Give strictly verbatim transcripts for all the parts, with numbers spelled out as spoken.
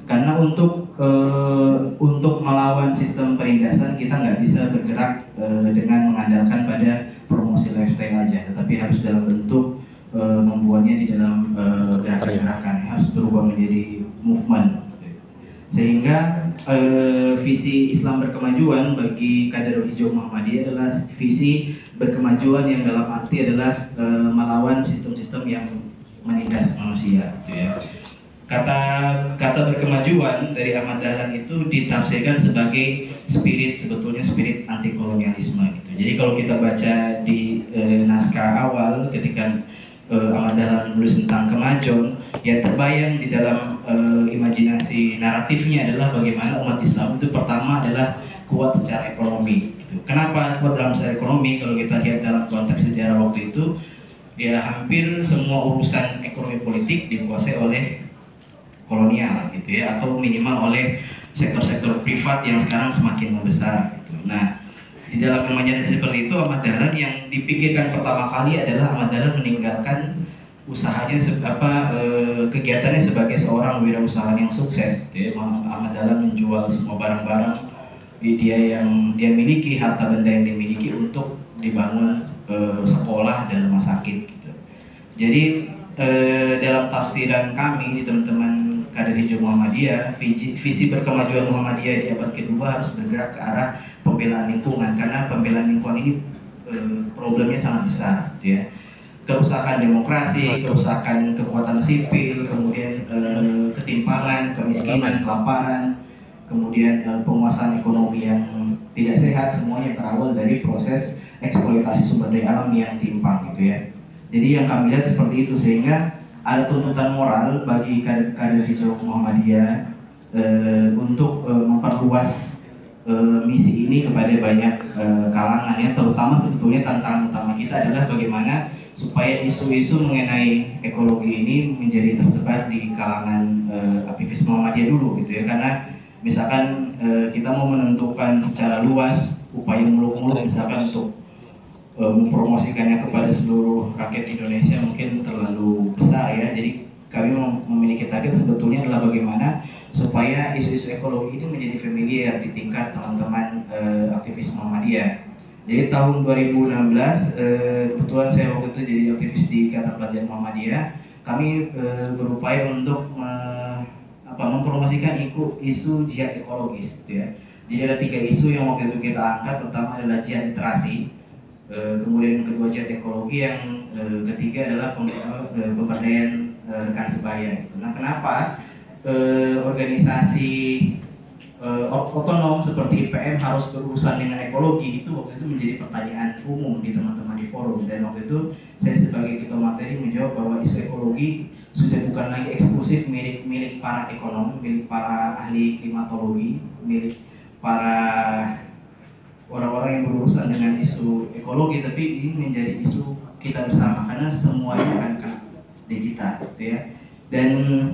Karena untuk uh, untuk melawan sistem penindasan kita nggak bisa bergerak uh, dengan mengandalkan pada promosi lifestyle aja, tetapi harus dalam bentuk uh, membuatnya di dalam uh, gerakan-gerakan, harus berubah menjadi movement. Sehingga uh, visi Islam berkemajuan bagi kader hijau Muhammadiyah adalah visi berkemajuan yang dalam arti adalah uh, melawan sistem-sistem yang menindas manusia, gitu ya. Kata kata berkemajuan dari Ahmad Dahlan itu ditafsirkan sebagai spirit, sebetulnya spirit anti kolonialisme gitu. Jadi kalau kita baca di e, naskah awal ketika e, Ahmad Dahlan menulis tentang kemajuan, yang terbayang di dalam e, imajinasi naratifnya adalah bagaimana umat Islam itu pertama adalah kuat secara ekonomi gitu. Kenapa kuat dalam secara ekonomi? Kalau kita lihat dalam konteks sejarah waktu itu, ya hampir semua urusan ekonomi politik dikuasai oleh kolonial gitu ya, atau minimal oleh sektor-sektor privat yang sekarang semakin membesar gitu. Nah, di dalam imajinasi seperti itu Ahmad Dahlan yang dipikirkan pertama kali adalah Ahmad Dahlan meninggalkan usahanya apa e, kegiatannya sebagai seorang wirausahawan yang sukses gitu ya. Ahmad Dahlan menjual semua barang-barang dia yang dia miliki, harta benda yang dimiliki untuk dibangun e, sekolah dan rumah sakit gitu. Jadi e, dalam tafsiran kami teman-teman kader hijau Muhammadiyah, visi, visi berkemajuan Muhammadiyah di abad kedua harus bergerak ke arah pembelaan lingkungan, karena pembelaan lingkungan ini e, problemnya sangat besar gitu ya. Kerusakan demokrasi, kerusakan kekuatan sipil, kemudian e, ketimpangan, kemiskinan, kelaparan, kemudian e, penguasaan ekonomi yang tidak sehat, semuanya berawal dari proses eksploitasi sumber daya alam yang timpang gitu ya. Jadi yang kami lihat seperti itu, sehingga ada tuntutan moral bagi kader hijau Muhammadiyah e, untuk e, memperluas e, misi ini kepada banyak e, kalangan ya, terutama sebetulnya tantangan utama kita adalah bagaimana supaya isu-isu mengenai ekologi ini menjadi tersebar di kalangan e, aktivis Muhammadiyah dulu gitu ya, karena misalkan e, kita mau menentukan secara luas upaya muluk-muluk misalkan untuk mempromosikannya kepada seluruh rakyat Indonesia mungkin terlalu besar ya. Jadi kami memiliki target sebetulnya adalah bagaimana supaya isu-isu ekologi ini menjadi familiar di tingkat teman-teman eh, aktivis Muhammadiyah. Jadi tahun dua ribu enam belas eh, kebetulan saya waktu itu jadi aktivis di Ikatan Pelajar Muhammadiyah. Kami eh, berupaya untuk eh, apa, mempromosikan isu, isu jihad ekologis gitu ya. Jadi ada tiga isu yang waktu itu kita angkat, pertama adalah jihad literasi. E, kemudian kedua jihad ekologi, yang e, ketiga adalah pemberdayaan e, rekan sebaya gitu. Nah, kenapa e, organisasi e, otonom seperti I P M harus berurusan dengan ekologi? Itu waktu itu menjadi pertanyaan umum di teman-teman di forum, dan waktu itu saya sebagai ketua materi menjawab bahwa isu ekologi sudah bukan lagi eksklusif milik milik para ekonom, milik para ahli klimatologi, milik para orang-orang yang berurusan dengan isu ekologi, tapi ini menjadi isu kita bersama karena semuanya akan kena di kita gitu ya. Dan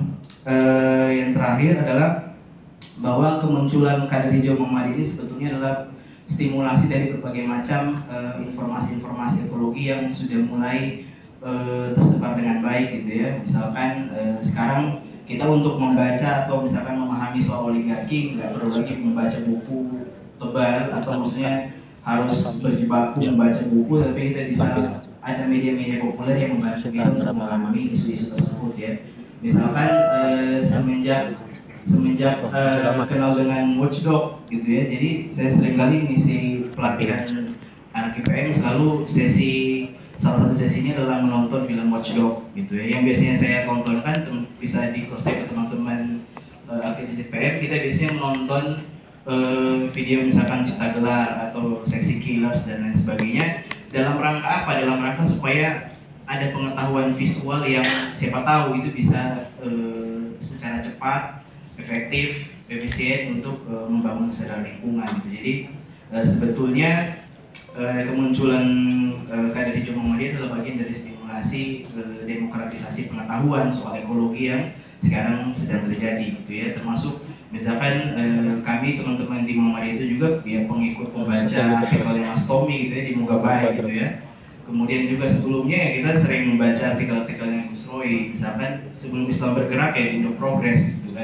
eh, yang terakhir adalah bahwa kemunculan kader hijau Muhammadiyah ini sebetulnya adalah stimulasi dari berbagai macam eh, informasi-informasi ekologi yang sudah mulai eh, tersebar dengan baik gitu ya. Misalkan eh, sekarang kita untuk membaca atau misalkan memahami soal oligarki nggak perlu lagi membaca buku tebal atau maksudnya harus berjibaku membaca buku, tapi kita bisa ada media-media populer yang membantu kita untuk memahami isu-isu tersebut ya. Misalkan eh, semenjak semenjak eh, kenal dengan Watchdog gitu ya, jadi saya sering kali ngisi pelatihan anak I P M, selalu sesi salah satu sesinya adalah menonton film Watchdog gitu ya. Yang biasanya saya tontonkan bisa di cross check ke teman-teman eh, aktivis I P M, kita biasanya menonton Uh, video misalkan Cipta Gelar atau Seksi Killers dan lain sebagainya, dalam rangka apa? Dalam rangka supaya ada pengetahuan visual yang siapa tahu itu bisa uh, secara cepat, efektif, efisien untuk uh, membangun kesadaran lingkungan gitu. Jadi uh, sebetulnya uh, kemunculan uh, kader hijau Muhammadiyah adalah bagian dari stimulasi uh, demokratisasi pengetahuan soal ekologi yang sekarang sedang terjadi gitu ya, termasuk misalkan eh, kami teman-teman di Muhammadiyah itu juga ya pengikut pembaca artikelnya Mas Tommy gitu ya di Mugabai gitu ya. Kemudian juga sebelumnya ya kita sering membaca artikel-artikelnya Gus Roy, misalkan sebelum Islam bergerak ya Indo Progress gitu kan.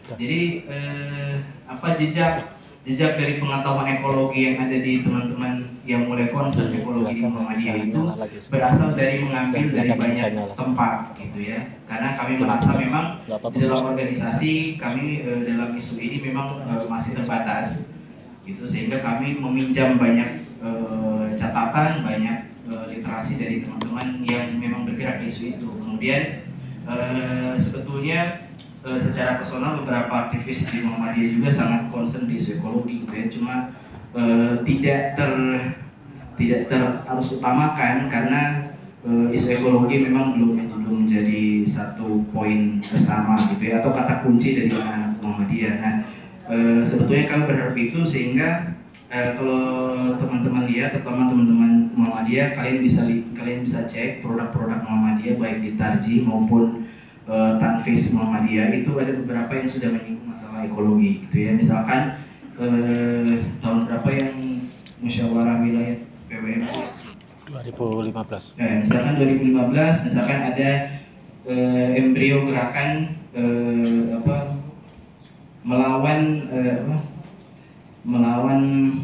Jadi eh, apa jejak jejak dari pengetahuan ekologi yang ada di teman-teman yang mulai concern ekologi di Muhammadiyah itu berasal dari mengambil dari banyak tempat gitu ya. Karena kami merasa memang di dalam organisasi kami eh, dalam isu ini memang eh, masih terbatas gitu, sehingga kami meminjam banyak eh, catatan, banyak eh, literasi dari teman-teman yang memang bergerak di isu itu. Kemudian eh, sebetulnya eh, secara personal beberapa aktivis di Muhammadiyah juga sangat concern di isu ekologi gitu ya, cuma eh, tidak ter tidak ter harus utamakan karena eh, isu ekologi memang belum belum menjadi satu poin bersama gitu ya, atau kata kunci dari anak Muhammadiyah. Nah, eh, sebetulnya kami berharap itu sehingga eh, kalau teman-teman lihat, terutama teman-teman Muhammadiyah, kalian bisa kalian bisa cek produk-produk Muhammadiyah baik di Tarji maupun uh, Tanfis Muhammadiyah, itu ada beberapa yang sudah menyinggung masalah ekologi gitu ya. Misalkan uh, tahun berapa yang musyawarah wilayah P W M dua ribu lima belas. Nah, misalkan dua ribu lima belas, misalkan ada uh, embrio gerakan uh, apa melawan uh, apa, melawan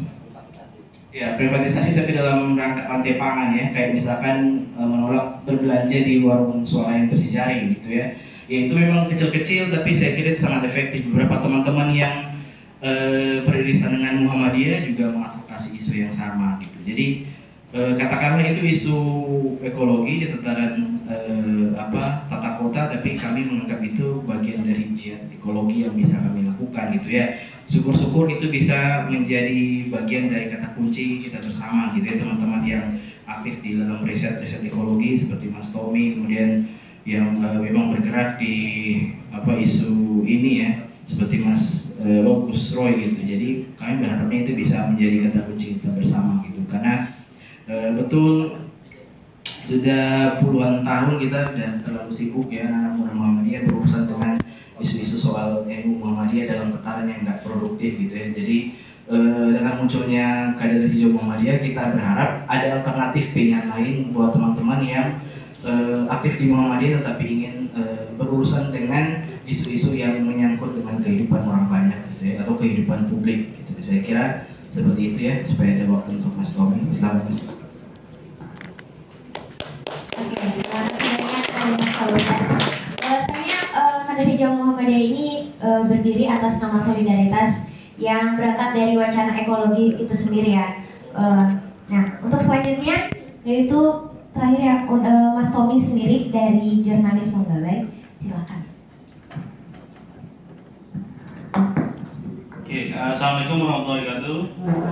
ya privatisasi tapi dalam rangka rantai pangan ya, kayak misalkan e, menolak berbelanja di warung suara yang berjejaring gitu ya. Ya itu memang kecil-kecil tapi saya kira itu sangat efektif. Beberapa teman-teman yang e, beririsan dengan Muhammadiyah juga mengadvokasi isu yang sama gitu. Jadi e, katakanlah itu isu ekologi di tataran e, apa tata kota, tapi kami menganggap itu bagian dari jihad ekologi yang bisa kami lakukan gitu ya. Syukur-syukur itu bisa menjadi bagian dari kata kunci kita bersama gitu ya, teman-teman yang aktif di dalam riset-riset ekologi seperti Mas Tommy, kemudian yang uh, memang bergerak di apa isu ini ya, seperti Mas uh, Gus Roy gitu. Jadi kami berharapnya itu bisa menjadi kata kunci kita bersama gitu, karena uh, betul sudah puluhan tahun kita sudah terlalu sibuk ya anak muda Muhammadiyah berurusan dengan isu-isu soal N U Muhammadiyah dalam tataran yang nggak produktif gitu ya. Jadi eh, dengan munculnya kader hijau Muhammadiyah, kita berharap ada alternatif pilihan lain buat teman-teman yang eh, aktif di Muhammadiyah tetapi ingin eh, berurusan dengan isu-isu yang menyangkut dengan kehidupan orang banyak gitu ya, atau kehidupan publik gitu. Saya kira seperti itu ya, supaya ada waktu untuk Mas Tommy. Selamat. Oke, terima kasih banyak Mas Fauzan. Bahwasanya uh, Kader Hijau Muhammadiyah ini uh, berdiri atas nama solidaritas yang berangkat dari wacana ekologi itu sendiri ya. Uh, nah, untuk selanjutnya yaitu terakhir ya uh, Mas Tommy sendiri dari Jurnalis Menggalai, silakan. Oke, uh, assalamualaikum warahmatullahi wabarakatuh.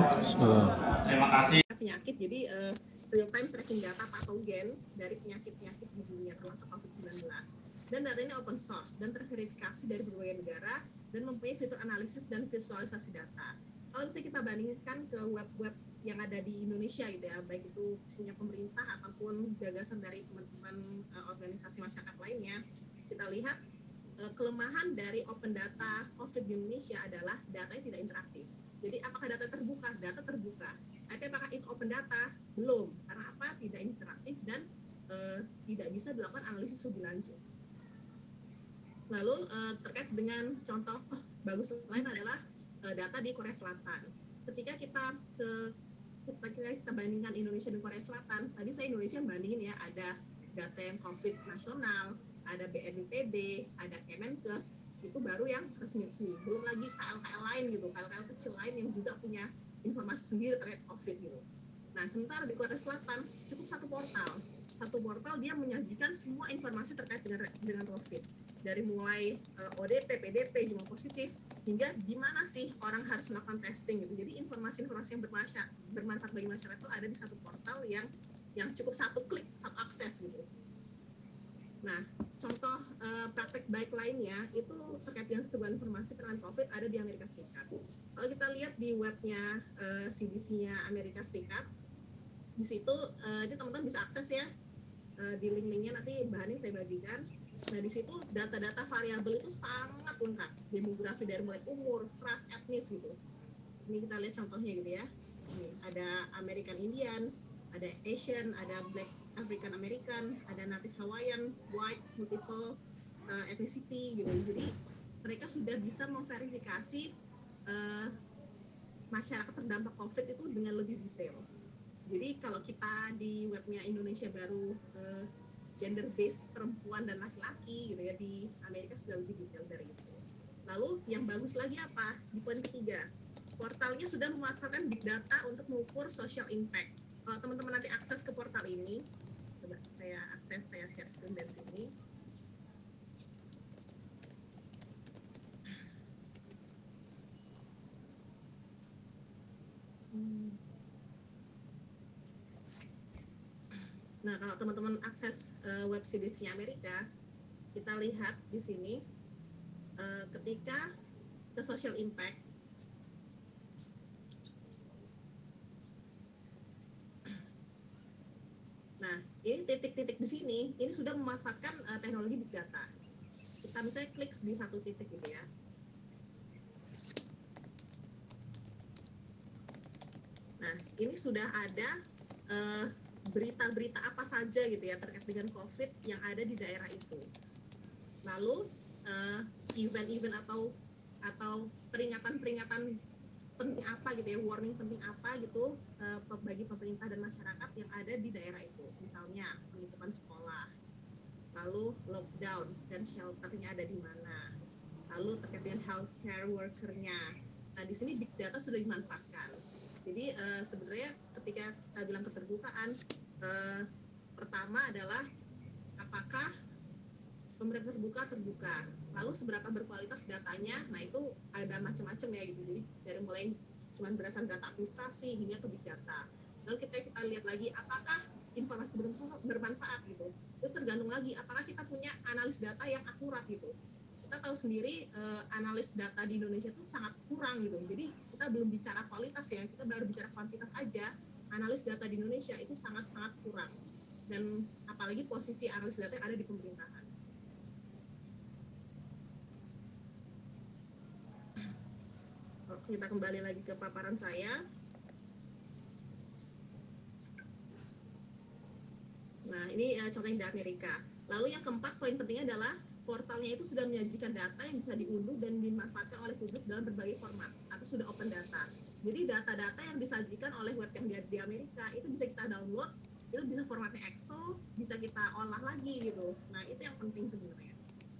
Terima kasih. Penyakit, jadi uh, real time tracking data patogen dari penyakit-penyakit di dunia termasuk covid sembilan belas, dan data ini open source dan terverifikasi dari berbagai negara dan mempunyai fitur analisis dan visualisasi data. Kalau bisa kita bandingkan ke web-web yang ada di Indonesia gitu ya, baik itu punya pemerintah ataupun gagasan dari teman-teman uh, organisasi masyarakat lainnya, kita lihat uh, kelemahan dari open data COVID di Indonesia adalah datanya tidak interaktif. Jadi apakah data terbuka? Data terbuka. Tapi apakah itu open data? Belum. Karena apa? Tidak interaktif dan uh, tidak bisa dilakukan analisis lebih lanjut. Lalu uh, terkait dengan contoh oh, bagus lain adalah uh, data di Korea Selatan. Ketika kita ke kita, kita bandingkan Indonesia dan Korea Selatan, tadi saya Indonesia bandingin ya, ada data yang COVID nasional, ada B N P B, ada Kemenkes, itu baru yang resmi-resmi. Belum lagi K L K L lain gitu, K L K L kecil lain yang juga punya informasi sendiri terkait COVID gitu. Nah, sementara di Korea Selatan cukup satu portal, satu portal dia menyajikan semua informasi terkait dengan dengan COVID, dari mulai uh, O D P, P D P, jumlah positif, hingga di mana sih orang harus melakukan testing gitu. Jadi informasi-informasi yang bermanfaat bagi masyarakat itu ada di satu portal yang yang cukup satu klik, satu akses gitu. Nah, contoh uh, praktek baik lainnya itu terkait dengan keterbukaan informasi terkait COVID ada di Amerika Serikat. Kalau kita lihat di webnya uh, C D C-nya Amerika Serikat, di situ uh, ini teman-teman bisa akses ya, uh, di link-linknya nanti bahannya saya bagikan. Nah, di situ data-data variabel itu sangat lengkap, demografi dari mulai umur, ras, etnis gitu. Ini kita lihat contohnya gitu ya. Ini ada American Indian, ada Asian, ada Black African American, ada Native Hawaiian, White, multiple uh, ethnicity gitu. Jadi mereka sudah bisa memverifikasi uh, masyarakat terdampak COVID itu dengan lebih detail. Jadi kalau kita di webnya Indonesia Baru uh, gender based perempuan dan laki-laki gitu ya, di Amerika sudah lebih detail dari itu. Lalu yang bagus lagi apa? Di poin ketiga, portalnya sudah memanfaatkan big data untuk mengukur social impact. Kalau teman-teman nanti akses ke portal ini, coba saya akses, saya share screen dari sini. Nah, kalau teman-teman akses uh, web C D C-nya Amerika, kita lihat di sini uh, ketika ke social impact, nah ini titik-titik di sini, ini sudah memanfaatkan uh, teknologi big data. Kita misalnya klik di satu titik gitu ya. Nah, ini sudah ada uh, berita-berita apa saja gitu ya terkait dengan COVID yang ada di daerah itu. Lalu uh, event-event atau atau peringatan-peringatan penting apa gitu ya, warning penting apa gitu uh, bagi pemerintah dan masyarakat yang ada di daerah itu. Misalnya penutupan sekolah, lalu lockdown dan shelternya ada di mana, lalu terkait dengan healthcare workernya. Nah, di sini big data sudah dimanfaatkan. Jadi uh, sebenarnya ketika kita bilang keterbukaan, uh, pertama adalah apakah pemerintah terbuka terbuka, lalu seberapa berkualitas datanya. Nah, itu ada macam-macam ya gitu. Jadi dari mulai cuma berdasarkan data administrasi hingga ke big data. Lalu kita kita lihat lagi apakah informasi bermanfaat gitu. Itu tergantung lagi apakah kita punya analis data yang akurat gitu. Kita tahu sendiri eh, analis data di Indonesia itu sangat kurang gitu. Jadi kita belum bicara kualitas ya, kita baru bicara kuantitas aja. Analis data di Indonesia itu sangat-sangat kurang. Dan apalagi posisi analis data yang ada di pemerintahan. Oke, kita kembali lagi ke paparan saya. Nah, ini uh, contohnya di Amerika. Lalu yang keempat, poin pentingnya adalah portalnya itu sudah menyajikan data yang bisa diunduh dan dimanfaatkan oleh publik dalam berbagai format atau sudah open data. Jadi data-data yang disajikan oleh web yang di, di Amerika itu bisa kita download, itu bisa formatnya Excel, bisa kita olah lagi gitu. Nah, itu yang penting sebenarnya.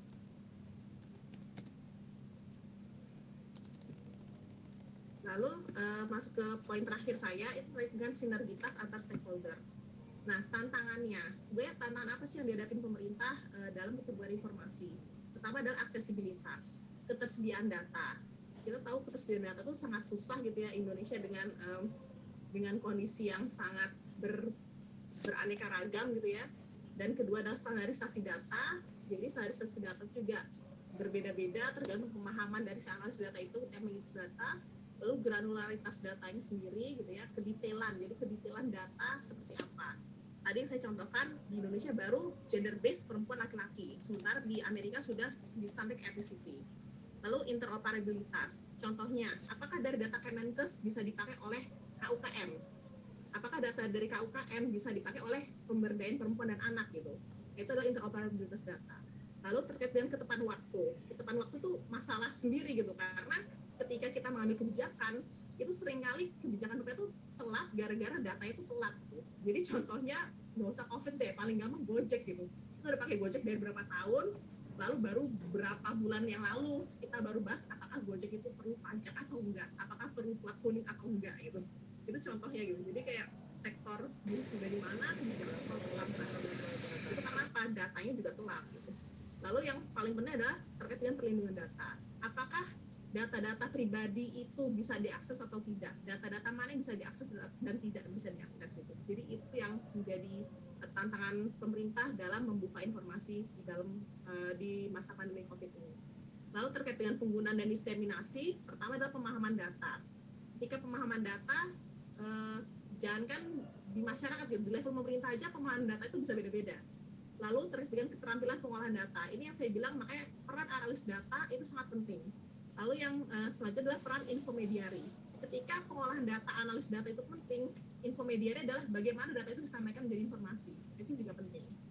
Lalu uh, masuk ke poin terakhir saya, itu terkait dengan sinergitas antar stakeholder. Nah, tantangannya, sebenarnya tantangan apa sih yang dihadapi pemerintah uh, dalam keterbukaan informasi? Pertama adalah aksesibilitas, ketersediaan data. Kita tahu ketersediaan data itu sangat susah gitu ya Indonesia dengan um, dengan kondisi yang sangat ber, beraneka ragam gitu ya. Dan kedua adalah standarisasi data. Jadi standarisasi data juga berbeda-beda tergantung pemahaman dari si analis data itu ketika menghitung data. Lalu granularitas datanya sendiri gitu ya, kedetailan. Jadi kedetailan data seperti apa? Tadi yang saya contohkan di Indonesia baru gender based perempuan laki-laki, sementara di Amerika sudah sampai ke ethnicity. Lalu interoperabilitas, contohnya apakah dari data Kemenkes bisa dipakai oleh K U K M? Apakah data dari K U K M bisa dipakai oleh pemberdayaan perempuan dan anak gitu? Itu adalah interoperabilitas data. Lalu terkait dengan ketepatan waktu, ketepatan waktu itu masalah sendiri gitu, karena ketika kita mengambil kebijakan itu seringkali kebijakan mereka itu telat gara-gara data itu telat gitu. Jadi contohnya nggak usah COVID deh, paling gampang Gojek gitu. Kita udah pakai Gojek dari berapa tahun, lalu baru berapa bulan yang lalu kita baru bahas apakah Gojek itu perlu pajak atau enggak, apakah perlu plat kuning atau enggak gitu. Itu contohnya gitu. Jadi kayak sektor bisnis sudah di mana, kebijakan selalu terlambat. Itu karena apa? Datanya juga telat gitu. Lalu yang paling penting adalah terkait dengan perlindungan data. Apakah data-data pribadi itu bisa diakses atau tidak? Data-data mana yang bisa diakses dan tidak bisa diakses itu. Jadi itu yang menjadi tantangan pemerintah dalam membuka informasi di dalam uh, di masa pandemi COVID ini. Lalu terkait dengan penggunaan dan diseminasi, pertama adalah pemahaman data. Ketika pemahaman data, uh, jangankan di masyarakat, di level pemerintah aja pemahaman data itu bisa beda-beda. Lalu terkait dengan keterampilan pengolahan data, ini yang saya bilang makanya peran analis data itu sangat penting. Lalu yang uh, selanjutnya adalah peran infomediari. Ketika pengolahan data, analis data itu penting, infomediari adalah bagaimana data itu disampaikan menjadi informasi. Itu juga penting.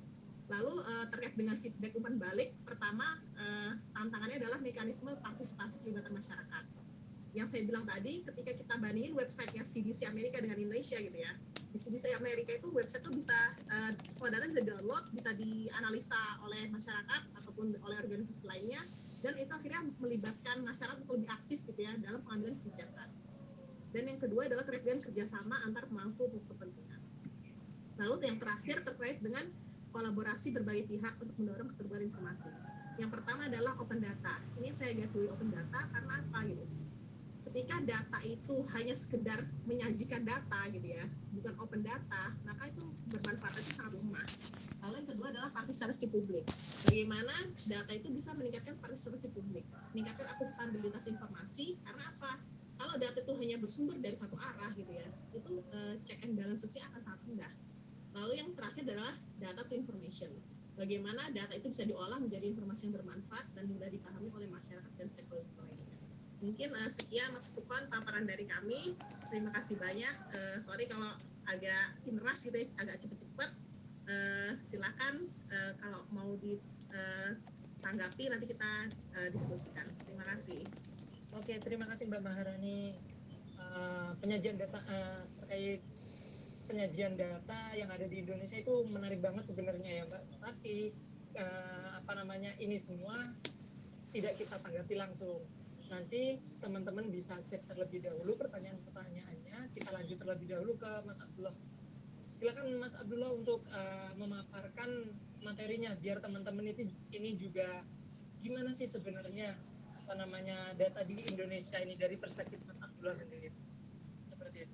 Lalu uh, terkait dengan feedback umpan balik, pertama uh, tantangannya adalah mekanisme partisipasi pelibatan masyarakat. Yang saya bilang tadi, ketika kita bandingin websitenya C D C Amerika dengan Indonesia gitu ya, di C D C Amerika itu website itu bisa uh, semua data bisa download, bisa dianalisa oleh masyarakat ataupun oleh organisasi lainnya, dan itu akhirnya melibatkan masyarakat untuk lebih aktif gitu ya dalam pengambilan kebijakan. Dan yang kedua adalah terkait dengan kerjasama antar pemangku kepentingan. Lalu yang terakhir terkait dengan kolaborasi berbagai pihak untuk mendorong keterbukaan informasi. Yang pertama adalah open data. Ini saya garis bawahi open data karena apa gitu? Ketika data itu hanya sekedar menyajikan data gitu ya, bukan open data, maka itu bermanfaatnya itu sangat lemah. Lalu yang kedua adalah partisipasi publik. Bagaimana data itu bisa meningkatkan partisipasi publik, meningkatkan akuntabilitas informasi, karena apa? Kalau data itu hanya bersumber dari satu arah gitu ya, itu uh, check and balances-nya akan sangat rendah. Lalu yang terakhir adalah data to information. Bagaimana data itu bisa diolah menjadi informasi yang bermanfaat dan mudah dipahami oleh masyarakat dan stakeholder lainnya. Mungkin uh, sekian Mas Tukon paparan dari kami. Terima kasih banyak. Uh, sorry kalau agak inras gitu ya, agak cepet-cepet. Uh, silakan uh, kalau mau ditanggapi uh, nanti kita uh, diskusikan. Terima kasih. Oke, terima kasih Mbak Maharani. Uh, penyajian data uh, terkait penyajian data yang ada di Indonesia itu menarik banget sebenarnya ya Mbak. Tapi uh, apa namanya ini semua tidak kita tanggapi langsung. Nanti teman-teman bisa save terlebih dahulu pertanyaan-pertanyaannya. Kita lanjut terlebih dahulu ke Mas Abdullah. Silakan Mas Abdullah untuk uh, memaparkan materinya biar teman-teman itu ini juga gimana sih sebenarnya apa namanya data di Indonesia ini dari perspektif Mas Abdullah sendiri. Seperti itu.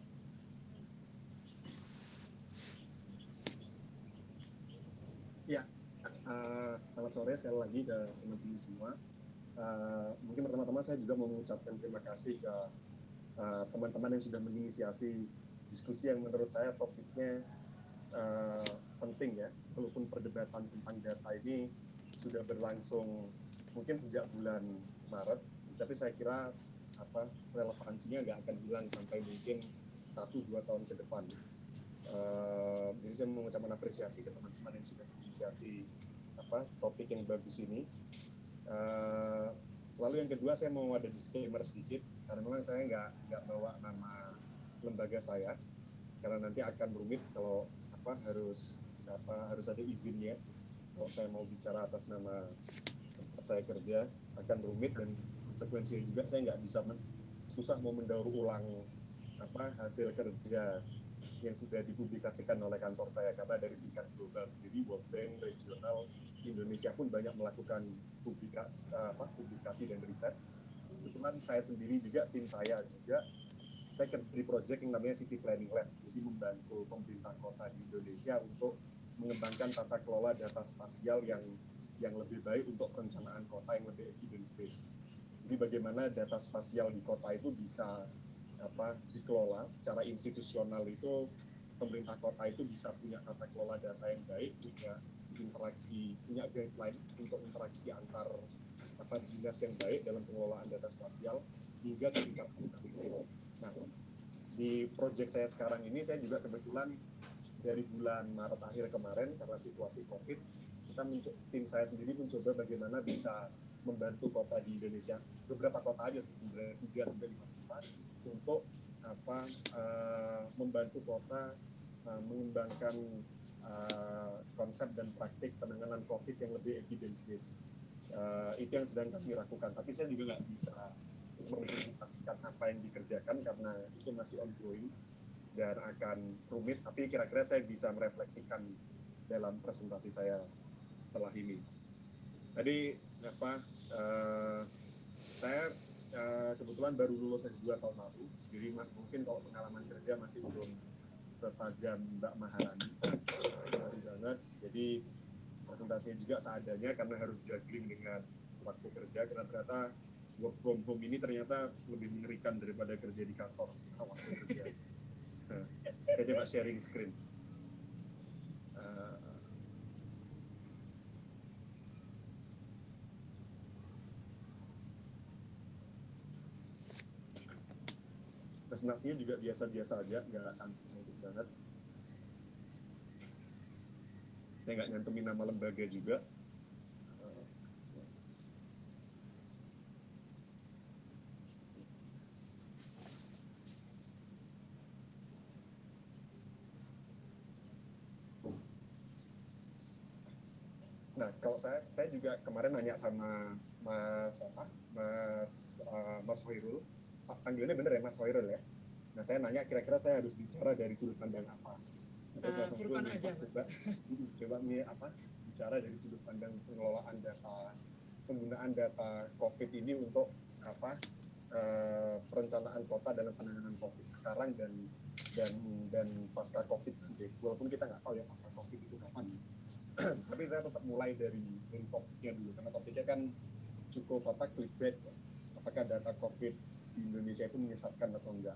Ya, uh, selamat sore sekali lagi ke teman-teman semua. Uh, mungkin pertama-tama saya juga mau mengucapkan terima kasih ke uh, teman-teman yang sudah menginisiasi diskusi yang menurut saya topiknya uh, penting ya. Walaupun perdebatan tentang data ini sudah berlangsung mungkin sejak bulan Maret, tapi saya kira apa relevansinya nggak akan hilang sampai mungkin satu dua tahun ke depan. Uh, jadi saya mengucapkan apresiasi ke teman-teman yang sudah menginisiasi apa topik yang bagus ini. Uh, lalu yang kedua saya mau ada disclaimer sedikit karena memang saya nggak nggak bawa nama lembaga saya karena nanti akan rumit kalau apa harus apa harus ada izinnya. Kalau saya mau bicara atas nama tempat saya kerja akan rumit dan konsekuensinya juga saya nggak bisa men, susah mau mendaur ulang apa hasil kerja yang sudah dipublikasikan oleh kantor saya karena dari tingkat global sendiri World Bank regional Indonesia pun banyak melakukan publikasi apa publikasi dan riset. Kebetulan saya sendiri juga tim saya juga saya kerja di proyek yang namanya City Planning Lab, jadi membantu pemerintah kota di Indonesia untuk mengembangkan tata kelola data spasial yang yang lebih baik untuk perencanaan kota yang lebih evidence based. Jadi bagaimana data spasial di kota itu bisa apa dikelola secara institusional, itu pemerintah kota itu bisa punya tata kelola data yang baik, punya interaksi, punya guideline untuk interaksi antar apa dinas yang baik dalam pengelolaan data spasial hingga ke tingkat analisis. Nah, di proyek saya sekarang ini saya juga kebetulan dari bulan Maret akhir kemarin karena situasi COVID, kita tim saya sendiri mencoba bagaimana bisa membantu kota di Indonesia, beberapa kota aja sebenarnya tiga sampai lima kota untuk apa uh, membantu kota uh, mengembangkan uh, konsep dan praktik penanganan COVID yang lebih evidence based. Uh, itu yang sedang kami lakukan. Tapi saya juga nggak bisa mempresentasikan apa yang dikerjakan karena itu masih ongoing dan akan rumit. Tapi kira-kira saya bisa merefleksikan dalam presentasi saya setelah ini. Tadi apa? Uh, saya uh, kebetulan baru lulus S dua tahun lalu, jadi mungkin kalau pengalaman kerja masih belum setajam Mbak Maharani, baru banget. Jadi presentasinya juga seadanya karena harus juggling dengan waktu kerja. Karena ternyata work from home ini ternyata lebih mengerikan daripada kerja di kantor setelah waktu kerja. Nah, saya coba sharing screen. Uh, presentasinya juga biasa-biasa aja, nggak cantik-cantik banget. Saya saya nggak nyantumin nama lembaga juga. Nah, kalau saya, saya juga kemarin nanya sama Mas apa, Mas uh, Mas Hoirul, panggilannya bener ya Mas Hoirul ya. Nah, saya nanya kira-kira saya harus bicara dari sudut pandang apa. Uh, Furqan aja, Mas. Coba, coba nih apa bicara dari sudut pandang pengelolaan data, penggunaan data COVID ini untuk apa uh, perencanaan kota dalam penanganan COVID sekarang dan dan dan pasca COVID nanti. Walaupun kita nggak tahu ya pasca COVID itu kapan. Tapi saya tetap mulai dari dari topiknya dulu karena topiknya kan cukup apa clickbait ya. Apakah data COVID di Indonesia itu menyesatkan atau enggak?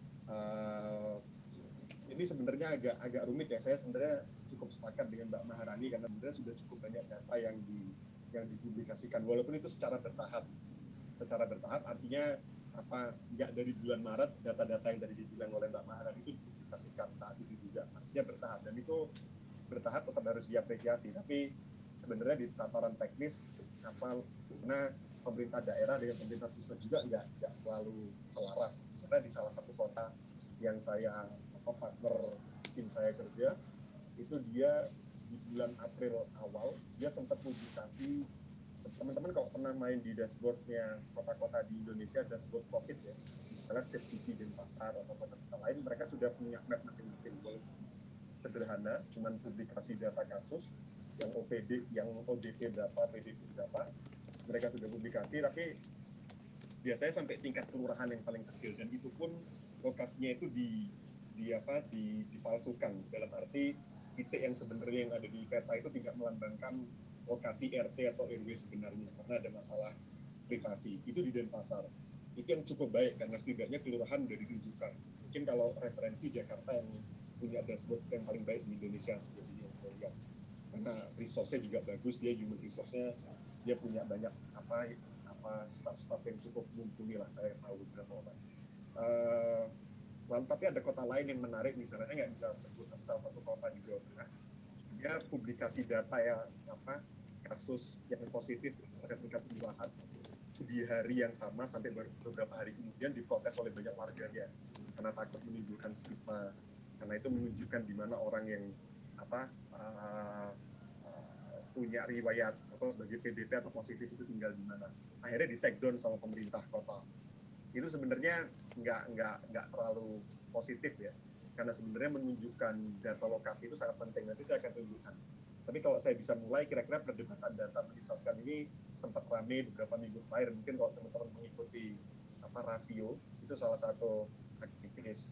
Uh, ini sebenarnya agak agak rumit ya. Saya sebenarnya cukup sepakat dengan Mbak Maharani karena sebenarnya sudah cukup banyak data yang di yang dipublikasikan walaupun itu secara bertahap. Secara bertahap artinya apa enggak dari bulan Maret data-data yang tadi dibilang oleh Mbak Maharani itu dipublikasikan saat itu juga. Artinya bertahap dan itu bertahap tetap harus diapresiasi, tapi sebenarnya di tataran teknis apa karena pemerintah daerah dengan pemerintah pusat juga nggak nggak selalu selaras. Misalnya di salah satu kota yang saya apa partner tim saya kerja itu dia di bulan April awal dia sempat publikasi, teman-teman kalau pernah main di dashboardnya kota-kota di Indonesia, dashboard COVID ya, misalnya Safe City Denpasar atau kota-kota lain, mereka sudah punya map masing-masing sederhana, cuman publikasi data kasus yang O P D, yang O D P berapa, P D P berapa, mereka sudah publikasi, tapi biasanya sampai tingkat kelurahan yang paling kecil dan itu pun lokasinya itu di di apa di dipalsukan dalam arti titik yang sebenarnya yang ada di peta itu tidak melambangkan lokasi R T atau R W sebenarnya karena ada masalah privasi. Itu di Denpasar. Itu yang cukup baik karena setidaknya kelurahan sudah ditunjukkan. Mungkin kalau referensi Jakarta yang punya dashboard yang paling baik di Indonesia sejauh ini yang saya lihat karena resource-nya juga bagus, dia human resource-nya dia punya banyak apa apa staff-staff yang cukup mumpuni lah, saya tahu beberapa orang. Uh, lalu tapi ada kota lain yang menarik, misalnya saya nggak bisa sebut salah satu kota di Jawa Tengah, dia publikasi data ya apa kasus yang positif pada tingkat kelurahan di hari yang sama sampai beberapa hari kemudian diprotes oleh banyak warganya karena takut menimbulkan stigma, karena itu menunjukkan di mana orang yang apa uh, uh, punya riwayat atau sebagai P D P atau positif itu tinggal di mana. Akhirnya di take down sama pemerintah kota. Itu sebenarnya nggak nggak nggak terlalu positif ya, karena sebenarnya menunjukkan data lokasi itu sangat penting. Nanti saya akan tunjukkan. Tapi kalau saya bisa mulai, kira-kira perdebatan data menyesatkan ini sempat ramai beberapa minggu terakhir. Mungkin kalau teman-teman mengikuti apa Rafio, itu salah satu aktivis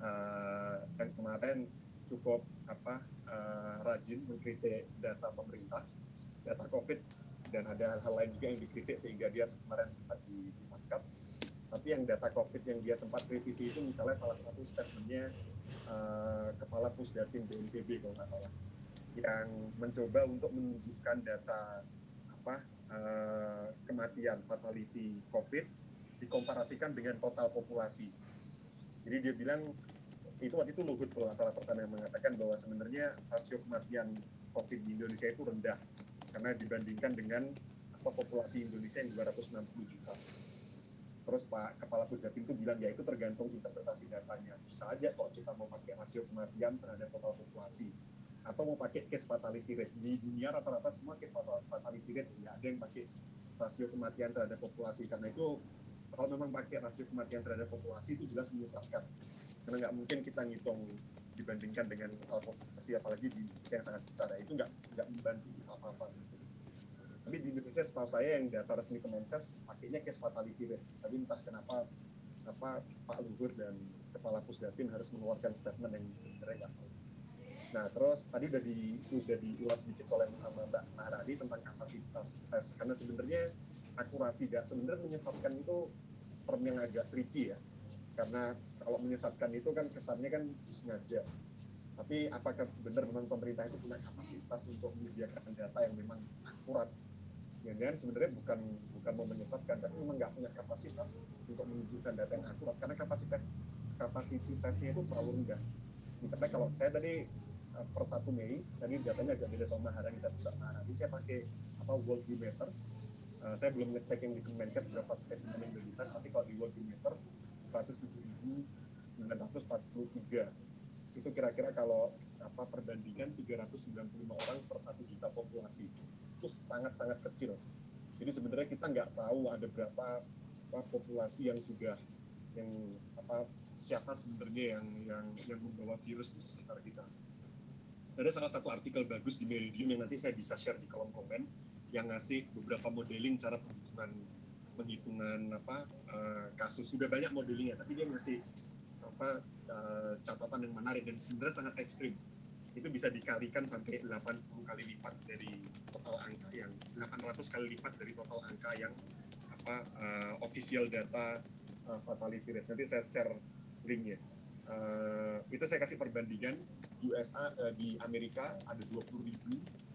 uh, yang kemarin cukup apa uh, rajin mengkritik data pemerintah, data COVID, dan ada hal-hal lain juga yang dikritik sehingga dia kemarin sempat ditangkap. Tapi yang data COVID yang dia sempat kritisi itu misalnya salah satu statementnya uh, Kepala Pusdatin B N P B kalau nggak salah, yang mencoba untuk menunjukkan data apa uh, kematian fatality COVID dikomparasikan dengan total populasi. Jadi dia bilang itu waktu itu Luhut kalau nggak salah pertama yang mengatakan bahwa sebenarnya rasio kematian COVID di Indonesia itu rendah karena dibandingkan dengan apa populasi Indonesia yang dua ratus enam puluh juta. Terus Pak Kepala Pusdatin itu bilang ya itu tergantung interpretasi datanya. Bisa aja kok kita mau pakai rasio kematian terhadap total populasi atau mau pakai case fatality rate. Di dunia rata-rata semua case fatality rate nggak ada yang pakai rasio kematian terhadap populasi, karena itu kalau memang pakai rasio kematian terhadap populasi itu jelas menyesatkan karena nggak mungkin kita ngitung dibandingkan dengan total populasi apalagi di Indonesia yang sangat besar. Itu nggak nggak membantu di apa-apa sebetulnya. Tapi di Indonesia setahu saya yang data resmi Kemenkes pakainya case fatality rate. Tapi entah kenapa apa Pak Luhut dan Kepala Pusdatin harus mengeluarkan statement yang sebenarnya nggak tahu. Nah terus tadi udah di udah diulas sedikit oleh Mbak Maharani tentang kapasitas tes, karena sebenarnya akurasi data sebenarnya menyesatkan itu term yang agak tricky ya, karena kalau menyesatkan itu kan kesannya kan disengaja. Tapi apakah benar memang pemerintah itu punya kapasitas untuk menyediakan data yang memang akurat? Jangan-jangan sebenarnya bukan bukan mau menyesatkan, tapi memang nggak punya kapasitas untuk menunjukkan data yang akurat karena kapasitas kapasitasnya itu terlalu rendah. Misalnya kalau saya tadi uh, per satu Mei, tadi datanya agak beda sama Maharani, tapi Mbak Maharani saya pakai apa Worldometers. Uh, saya belum ngecek yang di Kemenkes berapa spesimen yang dites, tapi kalau di Worldometers seratus tujuh ribu sembilan ratus empat puluh tiga. Itu kira-kira kalau apa perbandingan tiga ratus sembilan puluh lima orang per satu juta populasi. Itu sangat-sangat kecil. Jadi sebenarnya kita nggak tahu ada berapa apa, populasi yang sudah yang apa siapa sebenarnya yang yang yang membawa virus di sekitar kita. Ada salah satu artikel bagus di Medium yang nanti saya bisa share di kolom komen yang ngasih beberapa modeling cara penghitungan penghitungan apa uh, kasus. Sudah banyak modelingnya, tapi dia ngasih apa uh, catatan yang menarik dan sebenarnya sangat ekstrim. Itu bisa dikalikan sampai delapan puluh kali lipat dari total angka yang delapan ratus kali lipat dari total angka yang apa uh, official data uh, fatality rate. Nanti saya share linknya. Uh, itu saya kasih perbandingan U S A uh, di Amerika ada dua puluh ribu